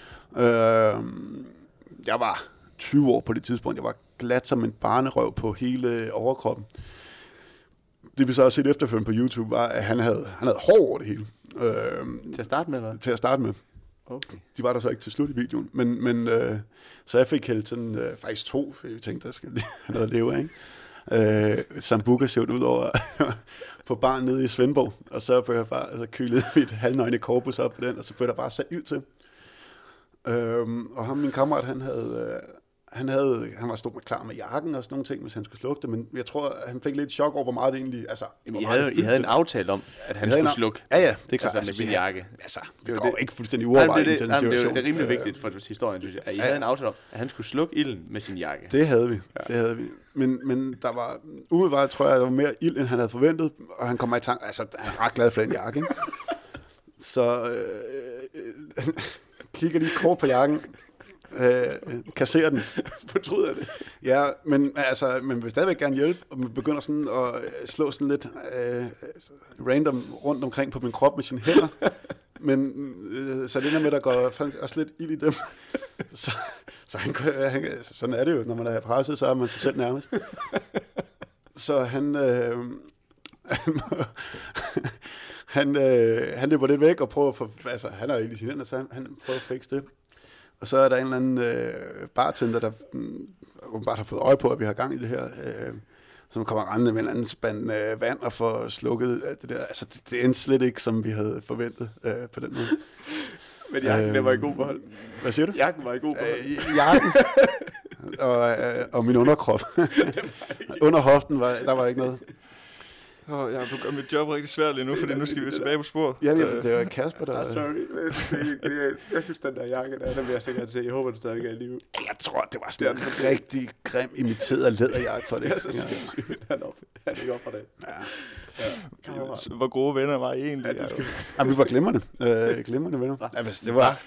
Jeg var 20 år på det tidspunkt, jeg var glat som en barnerøv på hele overkroppen. Det vi så har set efterfølgende på YouTube, var, at han havde hår over det hele. Til at starte med, eller? Til at starte med. Okay. De var der så ikke til slut i videoen, men så jeg fik hældt sådan, faktisk 2, for jeg tænkte, der skal have noget at leve af, ikke? Sambuca showet ud over på baren nede i Svendborg, og så blev jeg bare kylet mit halvnøgne korpus op på den, og så blev der bare sat ild til. Og ham, min kammerat, han var stået med klar med jakken og sådan nogle ting, hvis han skulle slukke det, men jeg tror, han fik lidt chok over, hvor meget det egentlig... Altså, I havde en aftale om, at han skulle slukke. Ja, det er klart. Altså med sin jakke. Altså, det går ikke fuldstændig uovervejet i den situation. Det er rimelig vigtigt for historien, synes jeg. At I havde en aftale om, at han skulle slukke ilden med sin jakke. Det havde vi. Men der var umiddelbart, tror jeg, der var mere ild, end han havde forventet, og han kom mig i tanke, altså, han er ret glad for den jakke, ikke? Så kigger lige kort på jakken, kasserer den. Fortryder det. Ja, men vil stadigvæk gerne hjælpe, og man begynder sådan at slå sådan lidt random rundt omkring på min krop med sine hænder. Men så det der med, der går også lidt ild i dem. Så sådan er det jo, når man er presset, så er man sig selv nærmest. Så han løber lidt væk og prøver at få, altså han har ild i sine hænder, så han prøver at fikse det. Og så er der en eller anden bartender, der bare har fået øje på, at vi har gang i det her, som kommer rendende med en anden spand vand og får slukket det der. Altså, det endte slet ikke, som vi havde forventet på den måde. Men jakken, den var i god behold. Hvad siger du? Jakken var i god behold. Jakken og min underkrop. Under hoften, der var ikke noget. Ja, du gør mit job rigtig svært lige nu, fordi nu skal vi tilbage på spor. Ja, det var Kasper, der... Sorry. Jeg synes, den der jakke der vil jeg sikkert se. Jeg håber, det stadig er i live. Jeg tror, det var sådan en rigtig grim imiteret læderjakke for det. Ja, så sindssygt. Han er ikke op for det. Ja. Hvor gode venner var I egentlig? Ja, vi var glimrende. Glimrende venner. Ja, hvis det var...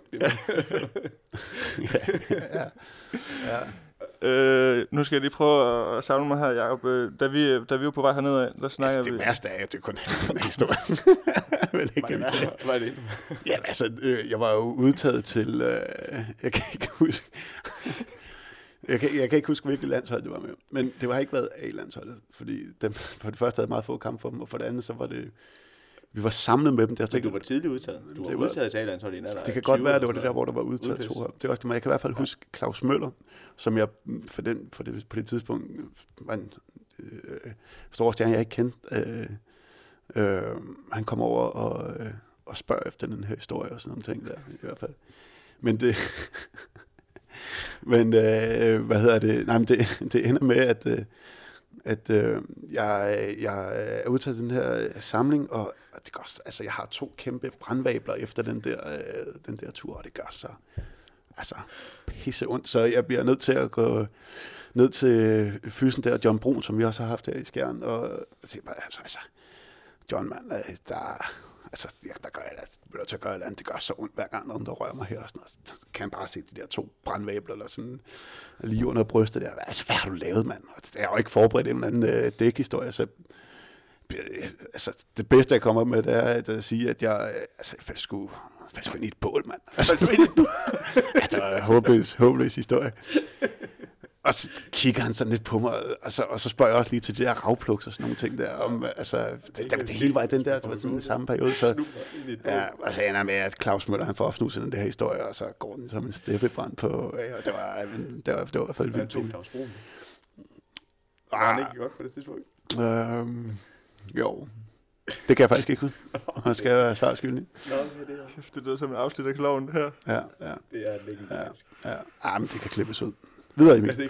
Nu skal jeg lige prøve at samle mig her, Jacob. Da vi var på vej hernede af, der snakker vi... Det værste er, at det kun er en historie. Hvad er det? Jamen altså, jeg var jo udtaget til... jeg kan ikke huske... jeg kan ikke huske, hvilket landshold det var med. Men det har ikke været A-landsholdet, fordi for det første havde meget få kampe for dem, og for det andet, så var det... Vi var samlet med dem. Men du var tidligt udtaget. Du var udtaget til A-landsholdet i en alder. Det kan godt være, at det var det der, hvor der var udtaget to hold. Det er også det, jeg kan i hvert fald huske Claus Møller, som jeg på det tidspunkt var en stor stjerne, jeg ikke kendte. Han kom over og spørger efter den her historie og sådan nogle ting der, i hvert fald. Men det... hvad hedder det? Nej, men det ender med, at jeg er udtaget den her samling, og det gør også, altså jeg har 2 kæmpe brandvabler efter den der tur, og det gør så altså pisse ondt, så jeg bliver nødt til at gå ned til fysen der, John Brun, som vi også har haft her i Skjern, og sige bare, altså John, mand, der gør jeg nødt til at gøre det gør så ondt hver gang, når der rører mig her og sådan noget. Så kan jeg bare se de der 2 brandvabler eller sådan lige under brystet der. Altså, hvad har du lavet, mand? Jeg har jo ikke forberedt en eller anden dækhistorie, så det bedste, jeg kommer op med, det er at sige, at jeg faldt sgu ind i et bål, mand. Altså, håbløs historie. Og så kigger han sådan lidt på mig, og så spørger jeg også lige til de der ravpluks og sådan nogle ting der. Om, altså, det hele var i den der, det var sådan den samme periode. Så, ja, og så ender med, at Claus Møller, han får opsnuset den der historie, og så går den som en steppebrand på, ja, og det var i hvert fald vildt. Hvad Claus Broen? Var han ikke godt på det tidspunkt? Jo. Det kan jeg faktisk ikke huske. Og skal jeg være svært skyldig. Kæft, det lyder som en afsnit af Kloven her. Ja. Det er legendarisk. Ja, men det kan klippes ud. Videre, Emil.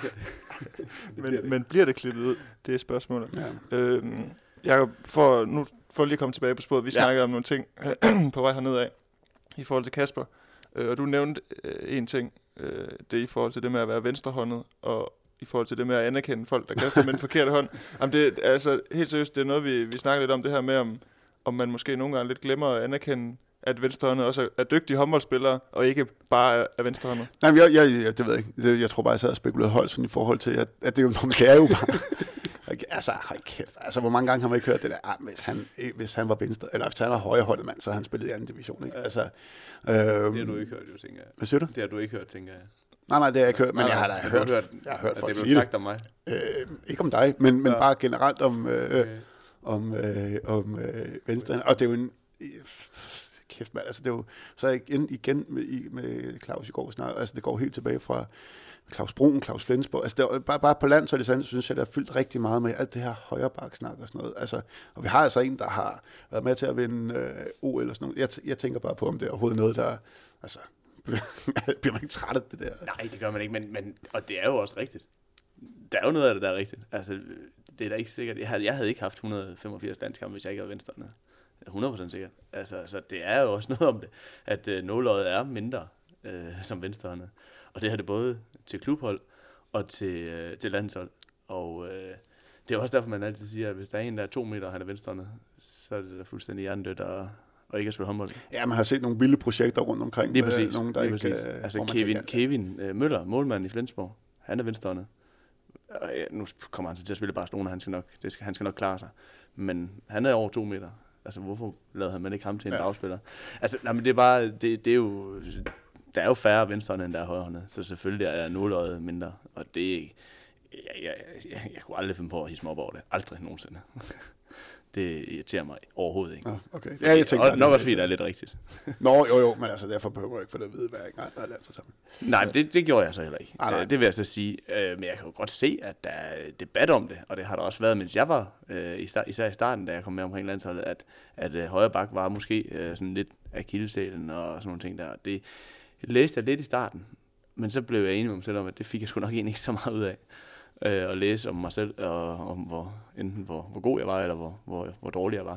Men bliver det klippet ud? Det er spørgsmålet. Ja. Jakob, for lige at komme tilbage på sporet, vi snakkede om nogle ting på vej hernede af, i forhold til Kasper. Og du nævnte en ting, det er i forhold til det med at være venstrehåndet, og i forhold til det med at anerkende folk, der kaster med den forkerte hånd. Jamen det, altså, helt seriøst, det er noget, vi snakker lidt om, det her med, om man måske nogle gange lidt glemmer at anerkende, at venstrehåndet også er dygtige håndboldspillere, og ikke bare er venstrehåndet. Nej, men jeg det ved jeg ikke. Jeg tror bare, jeg sad og spekulerede højt sådan i forhold til, at det er jo bare... altså, kæft. Hvor mange gange har man ikke hørt det der, hvis han var venstre, eller hvis han var højrehåndet mand, så havde han spillet i anden division, ikke? Altså, det har du ikke hørt, jo, tænker jeg. Hvad siger du? Det har du ikke hørt, tænker jeg. Nej, det har jeg ikke hørt, men jeg har da hørt folk sige det. Sagt om mig. Ikke om dig, men bare generelt om venstre. Og det er jo en... Kæft, mand. Altså, det er jo... Så igen med Claus i går snart. Altså, det går helt tilbage fra Claus Broen, Claus Flensborg. Altså, det er bare på land, så er det sådan, synes jeg, der er fyldt rigtig meget med alt det her højrebaksnak og sådan noget. Altså, og vi har altså en, der har været med til at vinde OL og sådan noget. Jeg tænker bare på, om det er overhovedet noget, der... Altså, bliver man ikke træt af det der? Nej, det gør man ikke, men og det er jo også rigtigt. Der er jo noget af det, der er rigtigt. Altså, det er da ikke sikkert. Jeg havde ikke haft 185 landskampe, hvis jeg ikke havde venstrene. 100% sikkert. Altså, så det er jo også noget om det, at nåløjet er mindre som venstrehåndet. Og det har det både til klubhold og til landshold. Og det er også derfor, man altid siger, at hvis der er en, der er 2 meter, og han er venstrehåndet, så er det da fuldstændig hjernedødt og ikke at spille håndbold. Ja, man har set nogle vilde projekter rundt omkring. Lige præcis. Nogen, der lige ikke... Altså Kevin Møller, målmanden i Flensborg, han er venstrehåndet. Nu kommer han til at spille Barcelona, han skal nok klare sig. Men han er over 2 meter. Altså, hvorfor lavede man ikke ham til en bagspiller? Altså, nej, men det er bare, det er jo, der er jo færre venstrehåndede, end der er højrehåndede, så selvfølgelig er nåløjet mindre, og det, jeg kunne aldrig finde på at hisse mig op over det. Aldrig nogensinde. Det irriterer mig overhovedet ikke. Okay. Ja, jeg tænker, og nok også fordi det er lidt rigtigt. Nå, jo, men altså derfor behøver jeg ikke for det at vide, hvad jeg ikke der er lært sig sammen. Nej, det gjorde jeg så heller ikke. Nej. Det vil jeg så sige. Men jeg kan jo godt se, at der er debat om det, og det har der også været, mens jeg var, især i starten, da jeg kom med omkring landsholdet, at højre bak var måske sådan lidt akilleshælen og sådan nogle ting der. Det læste jeg lidt i starten, men så blev jeg enig med mig selv om, at det fik jeg sgu nok egentlig ikke så meget ud af. At læse om mig selv, og om hvor god jeg var, eller hvor dårlig jeg var.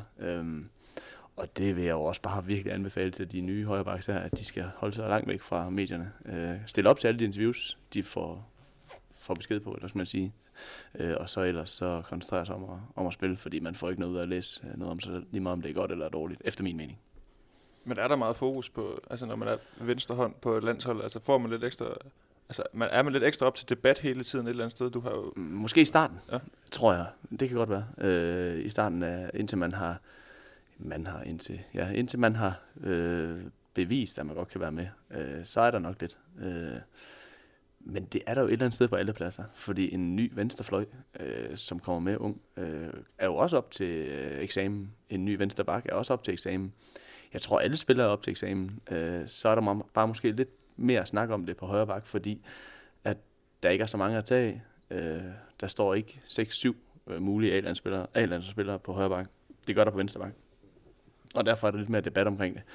Og det vil jeg jo også bare virkelig anbefale til de nye højrebacks her, at de skal holde sig langt væk fra medierne. Stille op til alle de interviews, de får besked på, eller skal man sige. Og så ellers så koncentrere sig om at spille, fordi man får ikke noget ud af at læse noget om sig selv, lige meget om det er godt eller dårligt, efter min mening. Men er der meget fokus på, altså når man er venstre hånd på et landshold, altså får man lidt ekstra... Altså, er man lidt ekstra op til debat hele tiden et eller andet sted? Du har jo... Måske i starten, tror jeg. Det kan godt være. I starten, indtil man har bevist, at man godt kan være med, så er der nok lidt. Men det er der jo et eller andet sted på alle pladser. Fordi en ny venstrefløj, som kommer med ung, er jo også op til eksamen. En ny venstre bak er også op til eksamen. Jeg tror, alle spillere er op til eksamen. Så er der bare måske lidt mere at snakke om det på højre bak, fordi at der ikke er så mange at tage. Der står ikke 6-7 mulige A-landsspillere på højre bak. Det gør der på venstre bak. Og derfor er der lidt mere debat omkring det.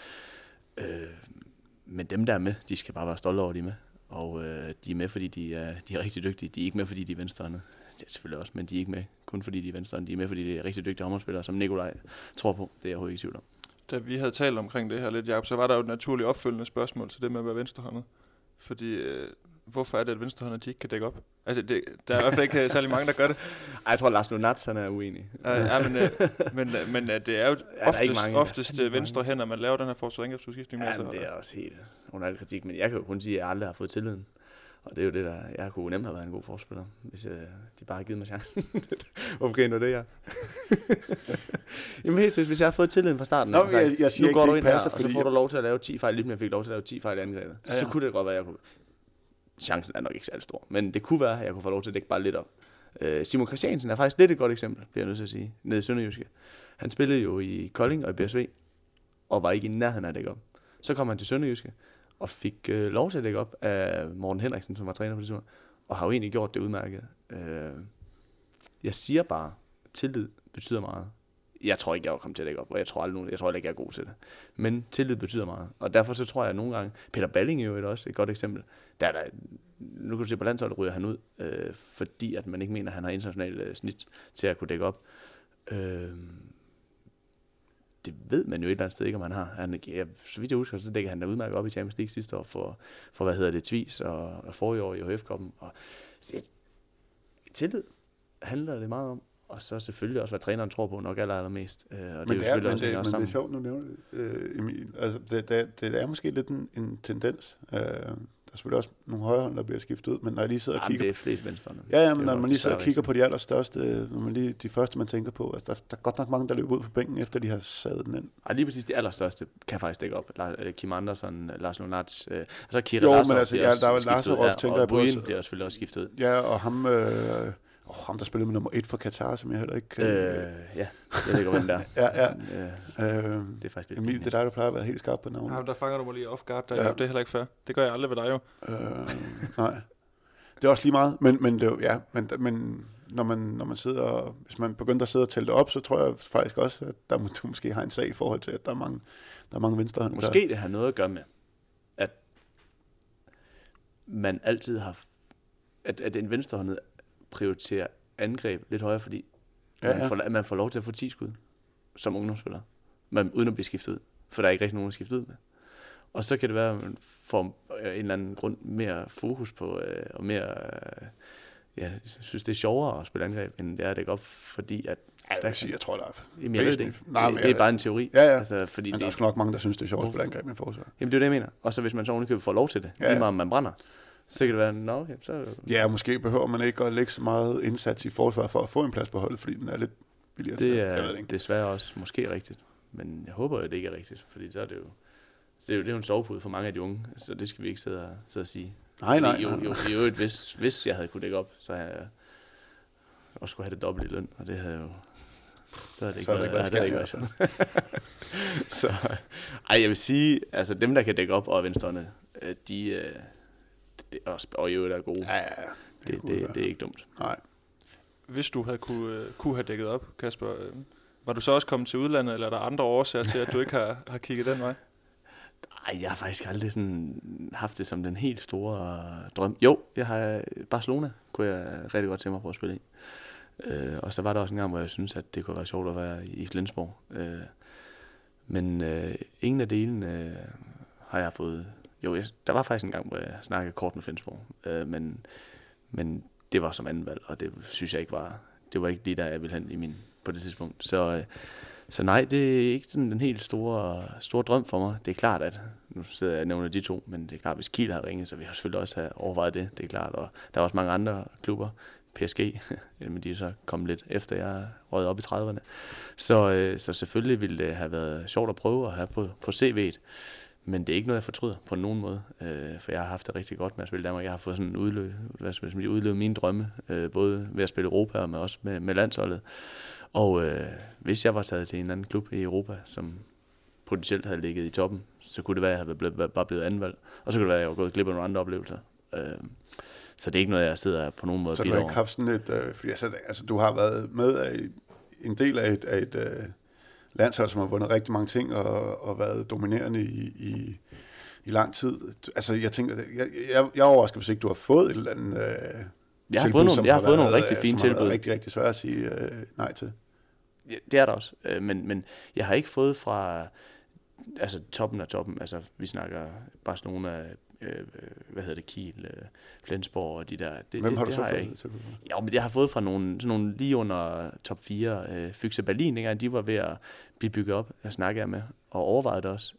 Men dem, der er med, de skal bare være stolte over, at de er med. Og de er med, fordi de er rigtig dygtige. De er ikke med, fordi de er venstrehåndede. Det er selvfølgelig også, men de er ikke med, kun fordi de er venstrehåndede. De er med, fordi de er rigtig dygtige håndboldspillere, som Nikolaj tror på. Det er jeg overhovedet ikke i tvivl om. Da vi havde talt omkring det her lidt, Jacob, så var der jo et naturligt opfølgende spørgsmål til det med at være venstrehåndet. Fordi, hvorfor er det, at venstrehåndet de ikke kan dække op? Altså, der er i hvert fald ikke særlig mange, der gør det. Ej, jeg tror, Lars Lunatz, han er uenig. Men det er jo oftest venstre hænder, man laver den her forsvarsangrebsudskiftning. Ja, det er også helt under al kritik, men jeg kan jo kun sige, at jeg aldrig har fået tilliden. Og det er jo det, der... Jeg kunne nemt have været en god forspiller, hvis de bare havde givet mig chancen. Hvorfor griner du det, ja? Jamen helt seriøst, hvis jeg har fået tilliden fra starten, jeg siger nu går du ind her, og så får du lov til at lave 10 fejl, ligesom jeg fik lov til at lave 10 fejl i angrebet. Ja. Så kunne det godt være, jeg kunne... chancen er nok ikke særlig stor. Men det kunne være, at jeg kunne få lov til at dække bare lidt op. Simon Christiansen er faktisk lidt et godt eksempel, bliver jeg nødt til at sige, nede i Sønderjyske. Han spillede jo i Kolding og i BSV, og var ikke i nærheden af at dække op. Så kom han til Sønderjyske, og fik lov til at dække op af Morten Henriksen, som var træner på det tidspunkt, og har jo egentlig gjort det udmærket. Jeg siger bare, tillid betyder meget. Jeg tror ikke, jeg var kommet til at dække op, og jeg tror ikke, jeg er god til det. Men tillid betyder meget, og derfor så tror jeg at nogle gange, Peter Balling er jo også et godt eksempel, nu kan du se, på landsholdet ryger han ud, fordi at man ikke mener, at han har international snit til at kunne dække op. Det ved man jo et eller andet sted ikke, om han har. Så vidt jeg husker, så dækker han da udmærket op i Champions League sidste år for Tvis og forrige år i HF-koppen. Og tillid handler det meget om. Og så selvfølgelig også, hvad træneren tror på, nok allermest. Og men det er sjovt, nu nævner Emil. Altså, det er måske lidt en tendens. Der er selvfølgelig også nogle højrehånd, der bliver skiftet ud, men når jeg lige sidder og kigger... det er flest venstrene. Ja, men når man lige sidder og kigger på de allerstørste, de første, man tænker på, altså, der er godt nok mange, der løber ud på bænken, efter de har sadet den ind. Ej, lige præcis de allerstørste kan faktisk dække op. Kim Andersen, Lars Lunards, så Kira jo, Larsson men altså, der er Larsson, tænker jeg på. Og Buin bliver selvfølgelig også skiftet ud. Ja, og ham der spillede med nummer 1 for Katar, som jeg heller ikke... Ja, jeg ved ikke, hvem der ja. Det er faktisk lidt Emil, det er dig, der plejer at være helt skarp på navnet. Ja, der fanger du mig lige off guard, det er heller ikke fair. Det gør jeg aldrig ved dig jo. Nej. Det er også lige meget, men det, ja, men når man sidder, hvis man begynder at sidde og tælle det op, så tror jeg faktisk også, at du måske har en sag i forhold til, at der er mange venstrehånd. Måske det har noget at gøre med, at man altid har, at en venstrehåndet prioriterer angreb lidt højere, fordi man får lov til at få 10 skud som ungdomsspiller, uden at blive skiftet ud, for der er ikke rigtig nogen at skifte ud med. Og så kan det være, at man får en eller anden grund mere fokus på, og mere, jeg synes det er sjovere at spille angreb, end det er at dække op, fordi at... Jeg tror, der er... Jamen, jeg ved det ikke. Det er bare en teori. Ja. Altså, fordi men der er sgu nok mange, der synes, det er sjovt at spille angreb med forsvar. Jamen, det er det, jeg mener. Og så hvis man så ovenikøbet får lov til det, lige meget om man brænder, så kan det være, okay, så... Ja, måske behøver man ikke at lægge så meget indsats i forsvar for at få en plads på holdet, fordi den er lidt billigere. Det er desværre også måske rigtigt, men jeg håber, at det ikke er rigtigt, fordi så er det jo... Det er jo en sovepude for mange af de unge, så det skal vi ikke sidde og sige. Nej. Jo, hvis jeg havde kunne dække op, så havde jeg også skulle have det dobbelt i løn, og det havde jo... Så havde det ikke været sjovt. Så, jeg vil sige, altså dem, der kan dække op og venstrene, og i øvrigt er gode. Ja. Det er ikke dumt. Nej. Hvis du havde kunne have dækket op, Kasper, var du så også kommet til udlandet, eller er der andre årsager til, at du ikke har kigget den vej? Nej, jeg har faktisk aldrig sådan haft det som den helt store drøm. Jo, jeg har Barcelona, kunne jeg rigtig godt tænke mig på at spille i. Og så var der også en gang, hvor jeg synes, at det kunne være sjovt at være i Flensborg. Men ingen af delene har jeg fået... Jo, der var faktisk en gang, hvor jeg snakkede kort med Flensborg. Men det var som anden valg, og det synes jeg ikke var... Det var ikke lige der, jeg ville hen på det tidspunkt. Så nej, det er ikke sådan den helt store drøm for mig. Det er klart, at nu sidder jeg og nævner de to, men det er klart, hvis Kiel havde ringet, så vi har selvfølgelig også have overvejet det. Det er klart, og der er også mange andre klubber. PSG, men de er så kommet lidt efter, jeg røget op i 30'erne. Så selvfølgelig ville det have været sjovt at prøve at have på CV'et, men det er ikke noget, jeg fortryder på nogen måde, for jeg har haft det rigtig godt med at spille Danmark. Jeg har fået sådan udløbet mine drømme, både ved at spille Europa, men også med landsholdet. Og hvis jeg var taget til en anden klub i Europa, som potentielt havde ligget i toppen, så kunne det være, at jeg bare blevet anvalgt, og så kunne det være, at jeg var gået glip af nogle andre oplevelser. Så det er ikke noget, jeg sidder på nogen måde. Så du har ikke haft sådan et... fordi altså, du har været med af en del af et landshold, som har vundet rigtig mange ting og været dominerende i lang tid. Altså, jeg tænker... Jeg er overrasket, hvis ikke du har fået et eller andet jeg har tilbud, fået nogle rigtig fine tilbud. Som har været rigtig, rigtig svært at sige nej til. Ja, det er der også. Men jeg har ikke fået fra... Altså toppen af toppen. Altså, vi snakker Barcelona... Kiel, Flensborg og de der. Hvem har du så fået? Ja, men jeg har fået fra nogle lige under top 4. Füchse Berlin, dengang de var ved at blive bygget op. Jeg snakkede med og overvejede det også.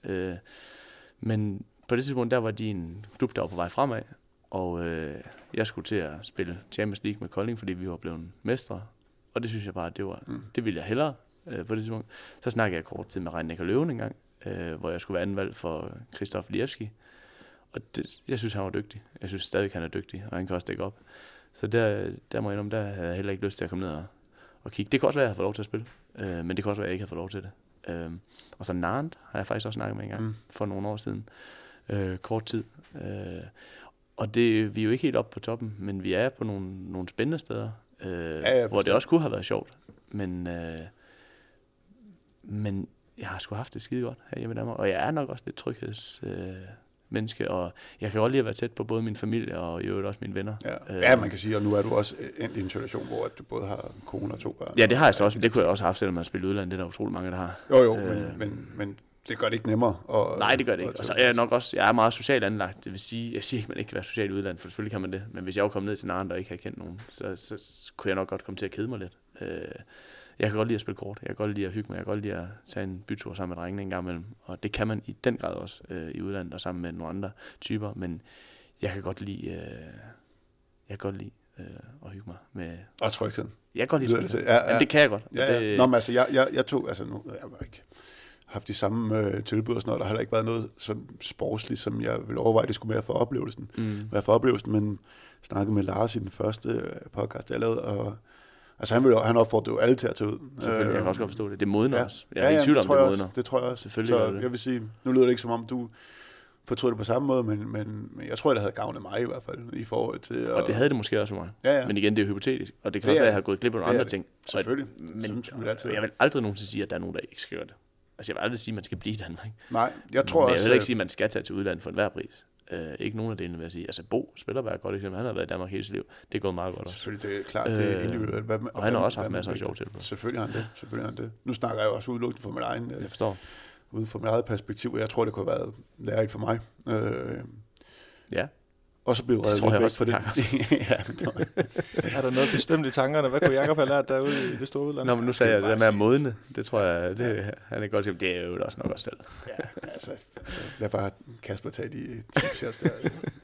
Men på det tidspunkt, der var de en klub, der var på vej fremad. Og jeg skulle til at spille Champions League med Kolding, fordi vi var blevet mestre. Og det synes jeg bare, det ville jeg hellere på det tidspunkt. Så snakkede jeg kort tid med Rein Løven en gang, hvor jeg skulle være anvalgt for Christoph Lievski. jeg synes, han var dygtig. Jeg synes stadig, han er dygtig, og han kan også dække op. Så der må jeg indrømme, der havde jeg heller ikke lyst til at komme ned og kigge. Det kan også være, at jeg har fået lov til at spille, men det kan også være, at jeg ikke har fået lov til det. Og så Nantes har jeg faktisk også snakket med en gang for nogle år siden. Kort tid. Og vi er jo ikke helt oppe på toppen, men vi er på nogle spændende steder, hvor det også kunne have været sjovt. Men jeg har sgu haft det skide godt her hjemme i Danmark, og jeg er nok også lidt tryghedsmenneske, og jeg kan godt lide at være tæt på både min familie og i øvrigt også mine venner. Ja, man kan sige, og nu er du også endt i en situation, hvor du både har kone og 2 børn. Ja, det har jeg så også, men det kunne jeg også have haft, selvom man spiller udlandet. Det er der utrolig mange, der har. Jo, men det gør det ikke nemmere. Nej, det gør det ikke. Og så er jeg nok også, jeg er meget socialt anlagt. Det vil sige, jeg siger ikke, at man ikke kan være social i udlandet, for selvfølgelig kan man det. Men hvis jeg var kommet ned til Nantes og ikke havde kendt nogen, så kunne jeg nok godt komme til at kede mig lidt. Jeg kan godt lide at spille kort. Jeg kan godt lide at hygge mig. Jeg kan godt lide at tage en bytur sammen med drengene en gang imellem. Og det kan man i den grad også i udlandet og sammen med nogle andre typer. Men jeg kan godt lide, at hygge mig med... Og trygheden. Jeg kan godt lide det. Ja. Det kan jeg godt. Ja. Det... Nå, men altså, jeg tog... Altså, nu jeg har ikke haft de samme tilbud og sådan noget. Der har heller ikke været noget sådan sportsligt, som jeg ville overveje, det skulle mere for oplevelsen. Være for oplevelsen, men snakkede med Lars i den første podcast, jeg lavede, og altså han opfordrede jo alle til at tage ud. Selvfølgelig, jeg kan også godt forstå det. Det modner også. Jeg er ikke i tvivl om, det modner. Det tror jeg også. Selvfølgelig så jeg vil sige, nu lyder det ikke som om, du fortrød det på samme måde, men jeg tror, det havde gavnet mig i hvert fald, i forhold til... Og det havde det måske også for mig. Ja. Men igen, det er jo hypotetisk, og det kan også være, at jeg har gået glip af nogle andre ting. Selvfølgelig. Men jeg vil aldrig nogensinde sige, at der er nogen, der ikke skal gøre det. Altså, jeg vil aldrig sige, at man skal blive i Danmark. Nej, jeg tror også... Men jeg vil ikke sige, at man skal tage til udlandet for enhver pris. Ikke nogen af delene, vil jeg sige. Altså, Bo Spillerberg, godt eksempel, han har været i Danmark hele sit liv. Det er gået meget godt også. Selvfølgelig, det er klart, det er individuelt. Og han har også haft masser af sjov til det. Selvfølgelig har han det. Nu snakker jeg jo også udelukkende for min egen... Jeg forstår. Uden for mit eget perspektiv, og jeg tror, det kunne have været lærerigt for mig. Ja. Og så blev jeg reddet væk for det. Er der noget bestemt i tankerne? Hvad kunne Jakob have lært derude i det store udland? Nå, men nu sagde jeg det der med at modne. Det tror jeg, han er godt til. Det er jo også nok også selv. Ja, altså lad bare Kasper tage de tips der.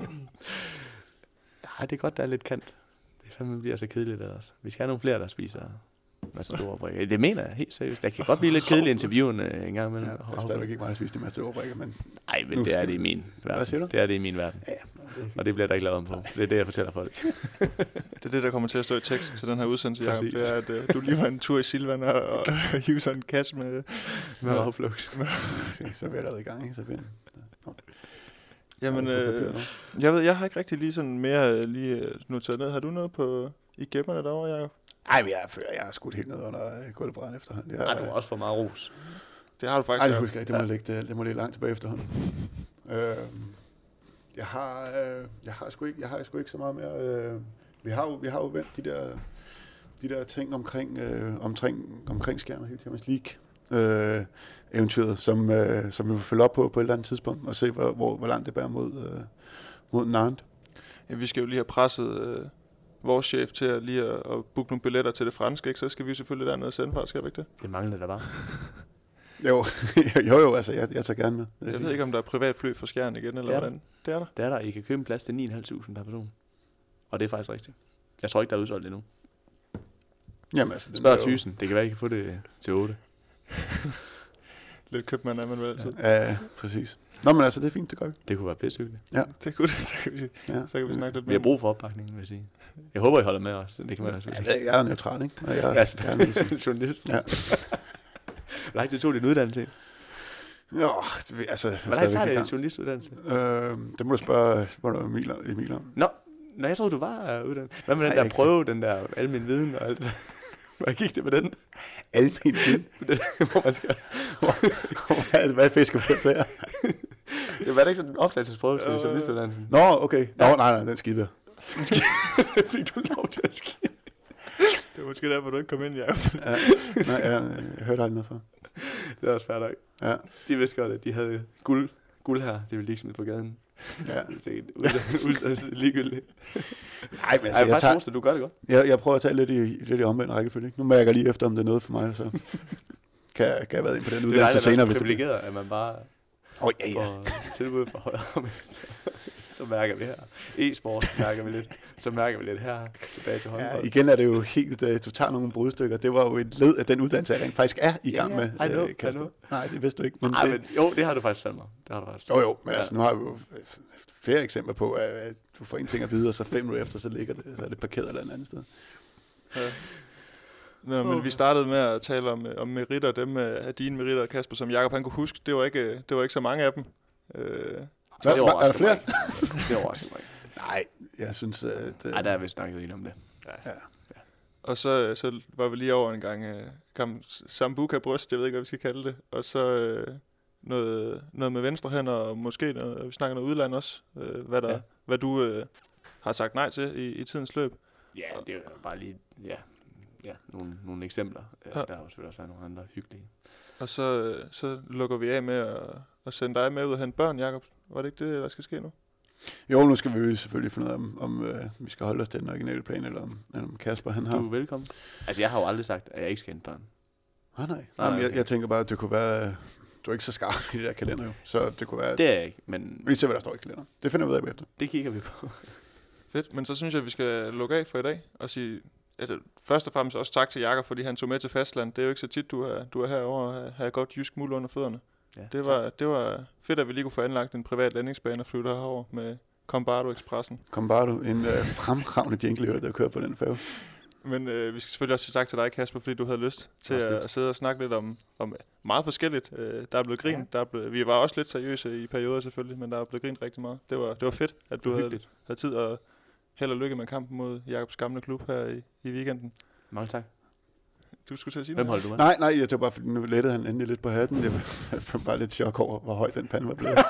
Nej, det er godt, der er lidt kant. Det fandme bliver så kedeligt der også. Vi skal have nogle flere, der spiser Matador-brikker. Det mener jeg helt seriøst. Det kan godt blive lidt kedeligt interviewen en gang imellem. Ja, jeg er stadigvæk ikke meget at spise de Matador-brikker, men... Nej, men det er det i min verden. Hvad siger du? Det er det i min verden. Ja, og det bliver der ikke lavet om på. Det er det, jeg fortæller folk. Det er det, der kommer til at stå i teksten til den her udsendelse, Jacob. Det er, at du lige var en tur i Silvan og hive sådan en kasse med afflux. Så er vi allerede i gang, ikke? Så bliver Jamen, jeg har ikke rigtig lige sådan mere lige noteret ned. Har du noget i gemmerne derovre, Jacob? Ej, men jeg har skudt helt ned under gulvbrænden efterhånden. Nej, du har også for meget ros. Det har du faktisk. Nej, det husker jeg ikke. Det må ligge langt tilbage efterhånden. Jeg har sgu ikke så meget mere. Vi har jo vendt de der ting omkring skærmen hele Champions League eventyret, som vi vil følge op på et eller andet tidspunkt og se hvor langt det bærer mod Nantes. Ja, vi skal jo lige have presset vores chef til at booke nogle billetter til det franske, ikke? Så skal vi selvfølgelig dernede og sende fra, skal vi ikke det? Det mangler der bare. Jo, altså jeg tager gerne med. Jeg ved ikke, om der er privatfly for Skjern igen, eller hvordan. Det er der. Det er der. I kan købe en plads til 9.500 per person. Og det er faktisk rigtigt. Jeg tror ikke, der er udsolgt endnu. Jamen altså... Spørg Thyssen. Det kan være, I kan få det til 8. Lidt købmand er man vel altid. Ja, præcis. Nå, men altså, det er fint, det gør vi. Det kunne være pissehyggeligt. Ja. Det kunne det, så kan vi snakke lidt mere. Vi har brug for opbakningen, vil jeg sige. Jeg håber, I holder med os. Det kan man også. Jeg er neutral, ikke? Og jeg er journalist. Ja. Hvor lang tid tog din uddannelse? Jo, altså... Hvor lang tid tager det en journalistuddannelse? Det må du spørge Emil om. Nå, jeg troede, du var uddannet. Hvad med den der prøve, den der almen viden og alt det der? Hvor gik det med den? Almen viden? Hvor man skal... Hvad fisker du efter her? Det var da ikke sådan en optagelsesprøve til journalistuddannelsen? Nå, okay. Nå, nej, den skider. Fik du lov til at skive? Det var måske der, hvor du ikke kom ind, Jacob. Ja. Nej, jeg hørte aldrig noget før. Det er også fair nok. Ja. De vidste godt, at de havde guld her. Det ville de ikke smide på gaden. Ja. Uddannelse ligegyldigt. Nej, men altså, jeg tager... du gør det godt. Jeg prøver at tage lidt i omvendt rækkefølge. Nu mærker jeg lige efter, om det er noget for mig, så kan jeg være ind på den uddannelse senere. Det er privilegeret, at man bare ja. får tilbud for højre og venstre. Så mærker vi her. E-sport mærker vi lidt. Så mærker vi lidt her tilbage til håndbold. Ja, igen er det jo helt, du tager nogle brudstykker. Det var jo et led af den uddannelse, jeg rent faktisk er i gang med. Kasper. Nej, det vidste du ikke. Men jo, det har du faktisk sagt mig. Jo, men altså, nu har vi jo flere eksempler på, at du får en ting at vide, og så 5 minutter efter, så er det parkeret eller et andet sted. Ja. Nå, men vi startede med at tale om meritter, dem af dine meritter, Kasper, som Jakob han kunne huske. Det var ikke så mange af dem. Er der flere? Det overrasker mig. Nej, jeg synes, at... Nej, der er vi snakket ind om det. Ja. Og så var vi lige over en gang sambuca-bryst, jeg ved ikke, hvad vi skal kalde det. Og så noget med venstre hænder, og måske vi snakker noget udland også. Hvad du har sagt nej til i tidens løb. Ja, det er jo bare lige nogle eksempler. Der har selvfølgelig også været nogle andre hyggelige. Og så lukker vi af med at sende dig med ud og hente børn, Jakob. Var det ikke det, der skal ske nu? Jo, nu skal vi selvfølgelig finde ud af, om vi skal holde os til den originale plan, eller om Kasper han har. Du er velkommen. Altså, jeg har jo aldrig sagt, at jeg ikke skal hente børn. Nej. Okay. Jeg tænker bare, at det kunne være... Du er ikke så skarp i det der kalender jo, så det kunne være... Det er jeg ikke, men... Vi ser, hvad der står i kalenderen. Det finder vi ud af bagefter. Det kigger vi på. Fedt, men så synes jeg, at vi skal lukke af for i dag og sige... Altså, først og fremmest også tak til Jakob, fordi han tog med til fastland. Det er jo ikke så tit, du er herovre og har godt jysk muld under fødderne. Ja, det var fedt, at vi lige kunne få anlagt en privat landingsbane og flytte herover med Combardo-ekspressen. Combardo, en fremragende jingle, der kører på den færge. Men vi skal selvfølgelig også sige tak til dig, Kasper, fordi du havde lyst til at sidde og snakke lidt om meget forskelligt. Der er blevet grint. Vi var også lidt seriøse i perioder selvfølgelig, men der er blevet grint rigtig meget. Det var fedt, at du havde tid, og held og lykke med kampen mod Jakobs gamle klub her i weekenden. Mange tak. Du skulle til at sige noget? Hvem holdt du med? Nej, det var bare, fordi nu lettede han endelig lidt på hatten. Jeg var bare lidt chok over, hvor høj den pande var blevet.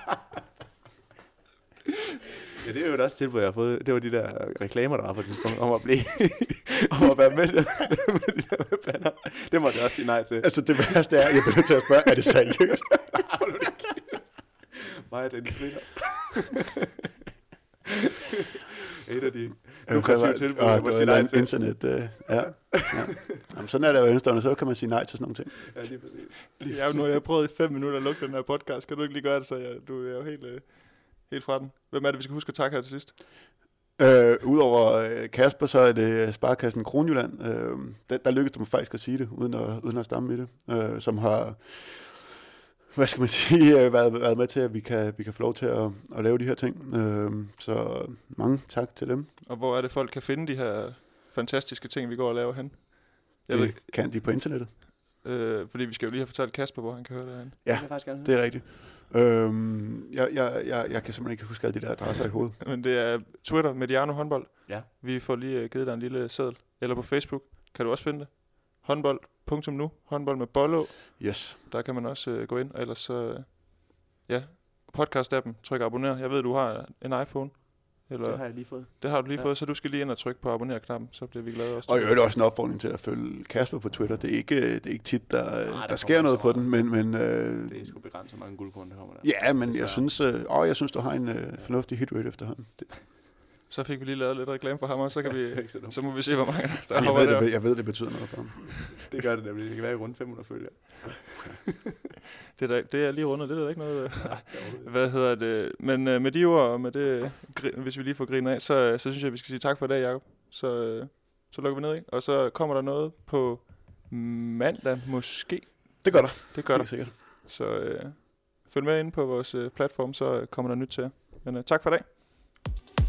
Ja, det er jo et også tilbud, jeg har fået. Det var de der reklamer, der var på tidspunkt, om at blive om at være med de der pander. Det måtte jeg også sige nej til. Altså det værste er, jeg bliver nødt til at spørge, er det seriøst? Mig og Dennis Ritter. Et af de lukrative tilbud, jeg må sige nej til. Internet, ja. Jamen, sådan er det jo indstående, så kan man sige nej til sådan nogle ting. Ja, lige præcis. Nu har jeg prøvet i 5 minutter at lukke den her podcast. Kan du ikke lige gøre det, så du er jo helt fra den. Hvem er det, vi skal huske at takke her til sidst? Udover Kasper, så er det Sparekassen Kronjylland. Der lykkedes det mig faktisk at sige det, uden at stamme i det. Som har, hvad skal man sige, været med til, at vi kan få lov til at lave de her ting. Så mange tak til dem. Og hvor er det, folk kan finde de her fantastiske ting, vi går og laver hen? Kan de på internettet. Fordi vi skal jo lige have fortalt Kasper, hvor han kan høre det hen. Ja, det er rigtigt. Jeg kan simpelthen ikke huske alle de der adresser i hovedet. Men det er Twitter, Mediano Håndbold. Ja. Vi får lige givet dig en lille seddel. Eller på Facebook kan du også finde det. Håndbold.nu. Håndbold med Bollo. Yes. Der kan man også gå ind. Og ellers så... podcast-appen. Tryk abonner. Jeg ved, du har en iPhone. Eller, det har jeg lige fået. Det har du lige fået, så du skal lige ind og trykke på abonner-knappen, så bliver vi glade også. Og jeg også en opfordring til at følge Kasper på Twitter. Det er ikke tit, der sker noget på den, men det er sgu begrænset mange guldkorn, der kommer der. Ja, men jeg synes, du har en fornuftig hitrate efterhånden. Så fik vi lige lavet lidt reklame for ham, og så må vi se, hvor mange der hopper der. Jeg ved, det betyder noget for ham. Det gør det nemlig. Det kan være i rundt 500 følgere. Det er lige rundet, det er der ikke noget... Hvad hedder det? Men med de ord, og med det, hvis vi lige får griner af, så synes jeg, vi skal sige tak for i dag, Jacob. Så lukker vi ned, ikke? Og så kommer der noget på mandag, måske. Det gør der. Det gør der. Sikkert. Så følg med inde på vores platform, så kommer der nyt til jer. Men tak for i dag.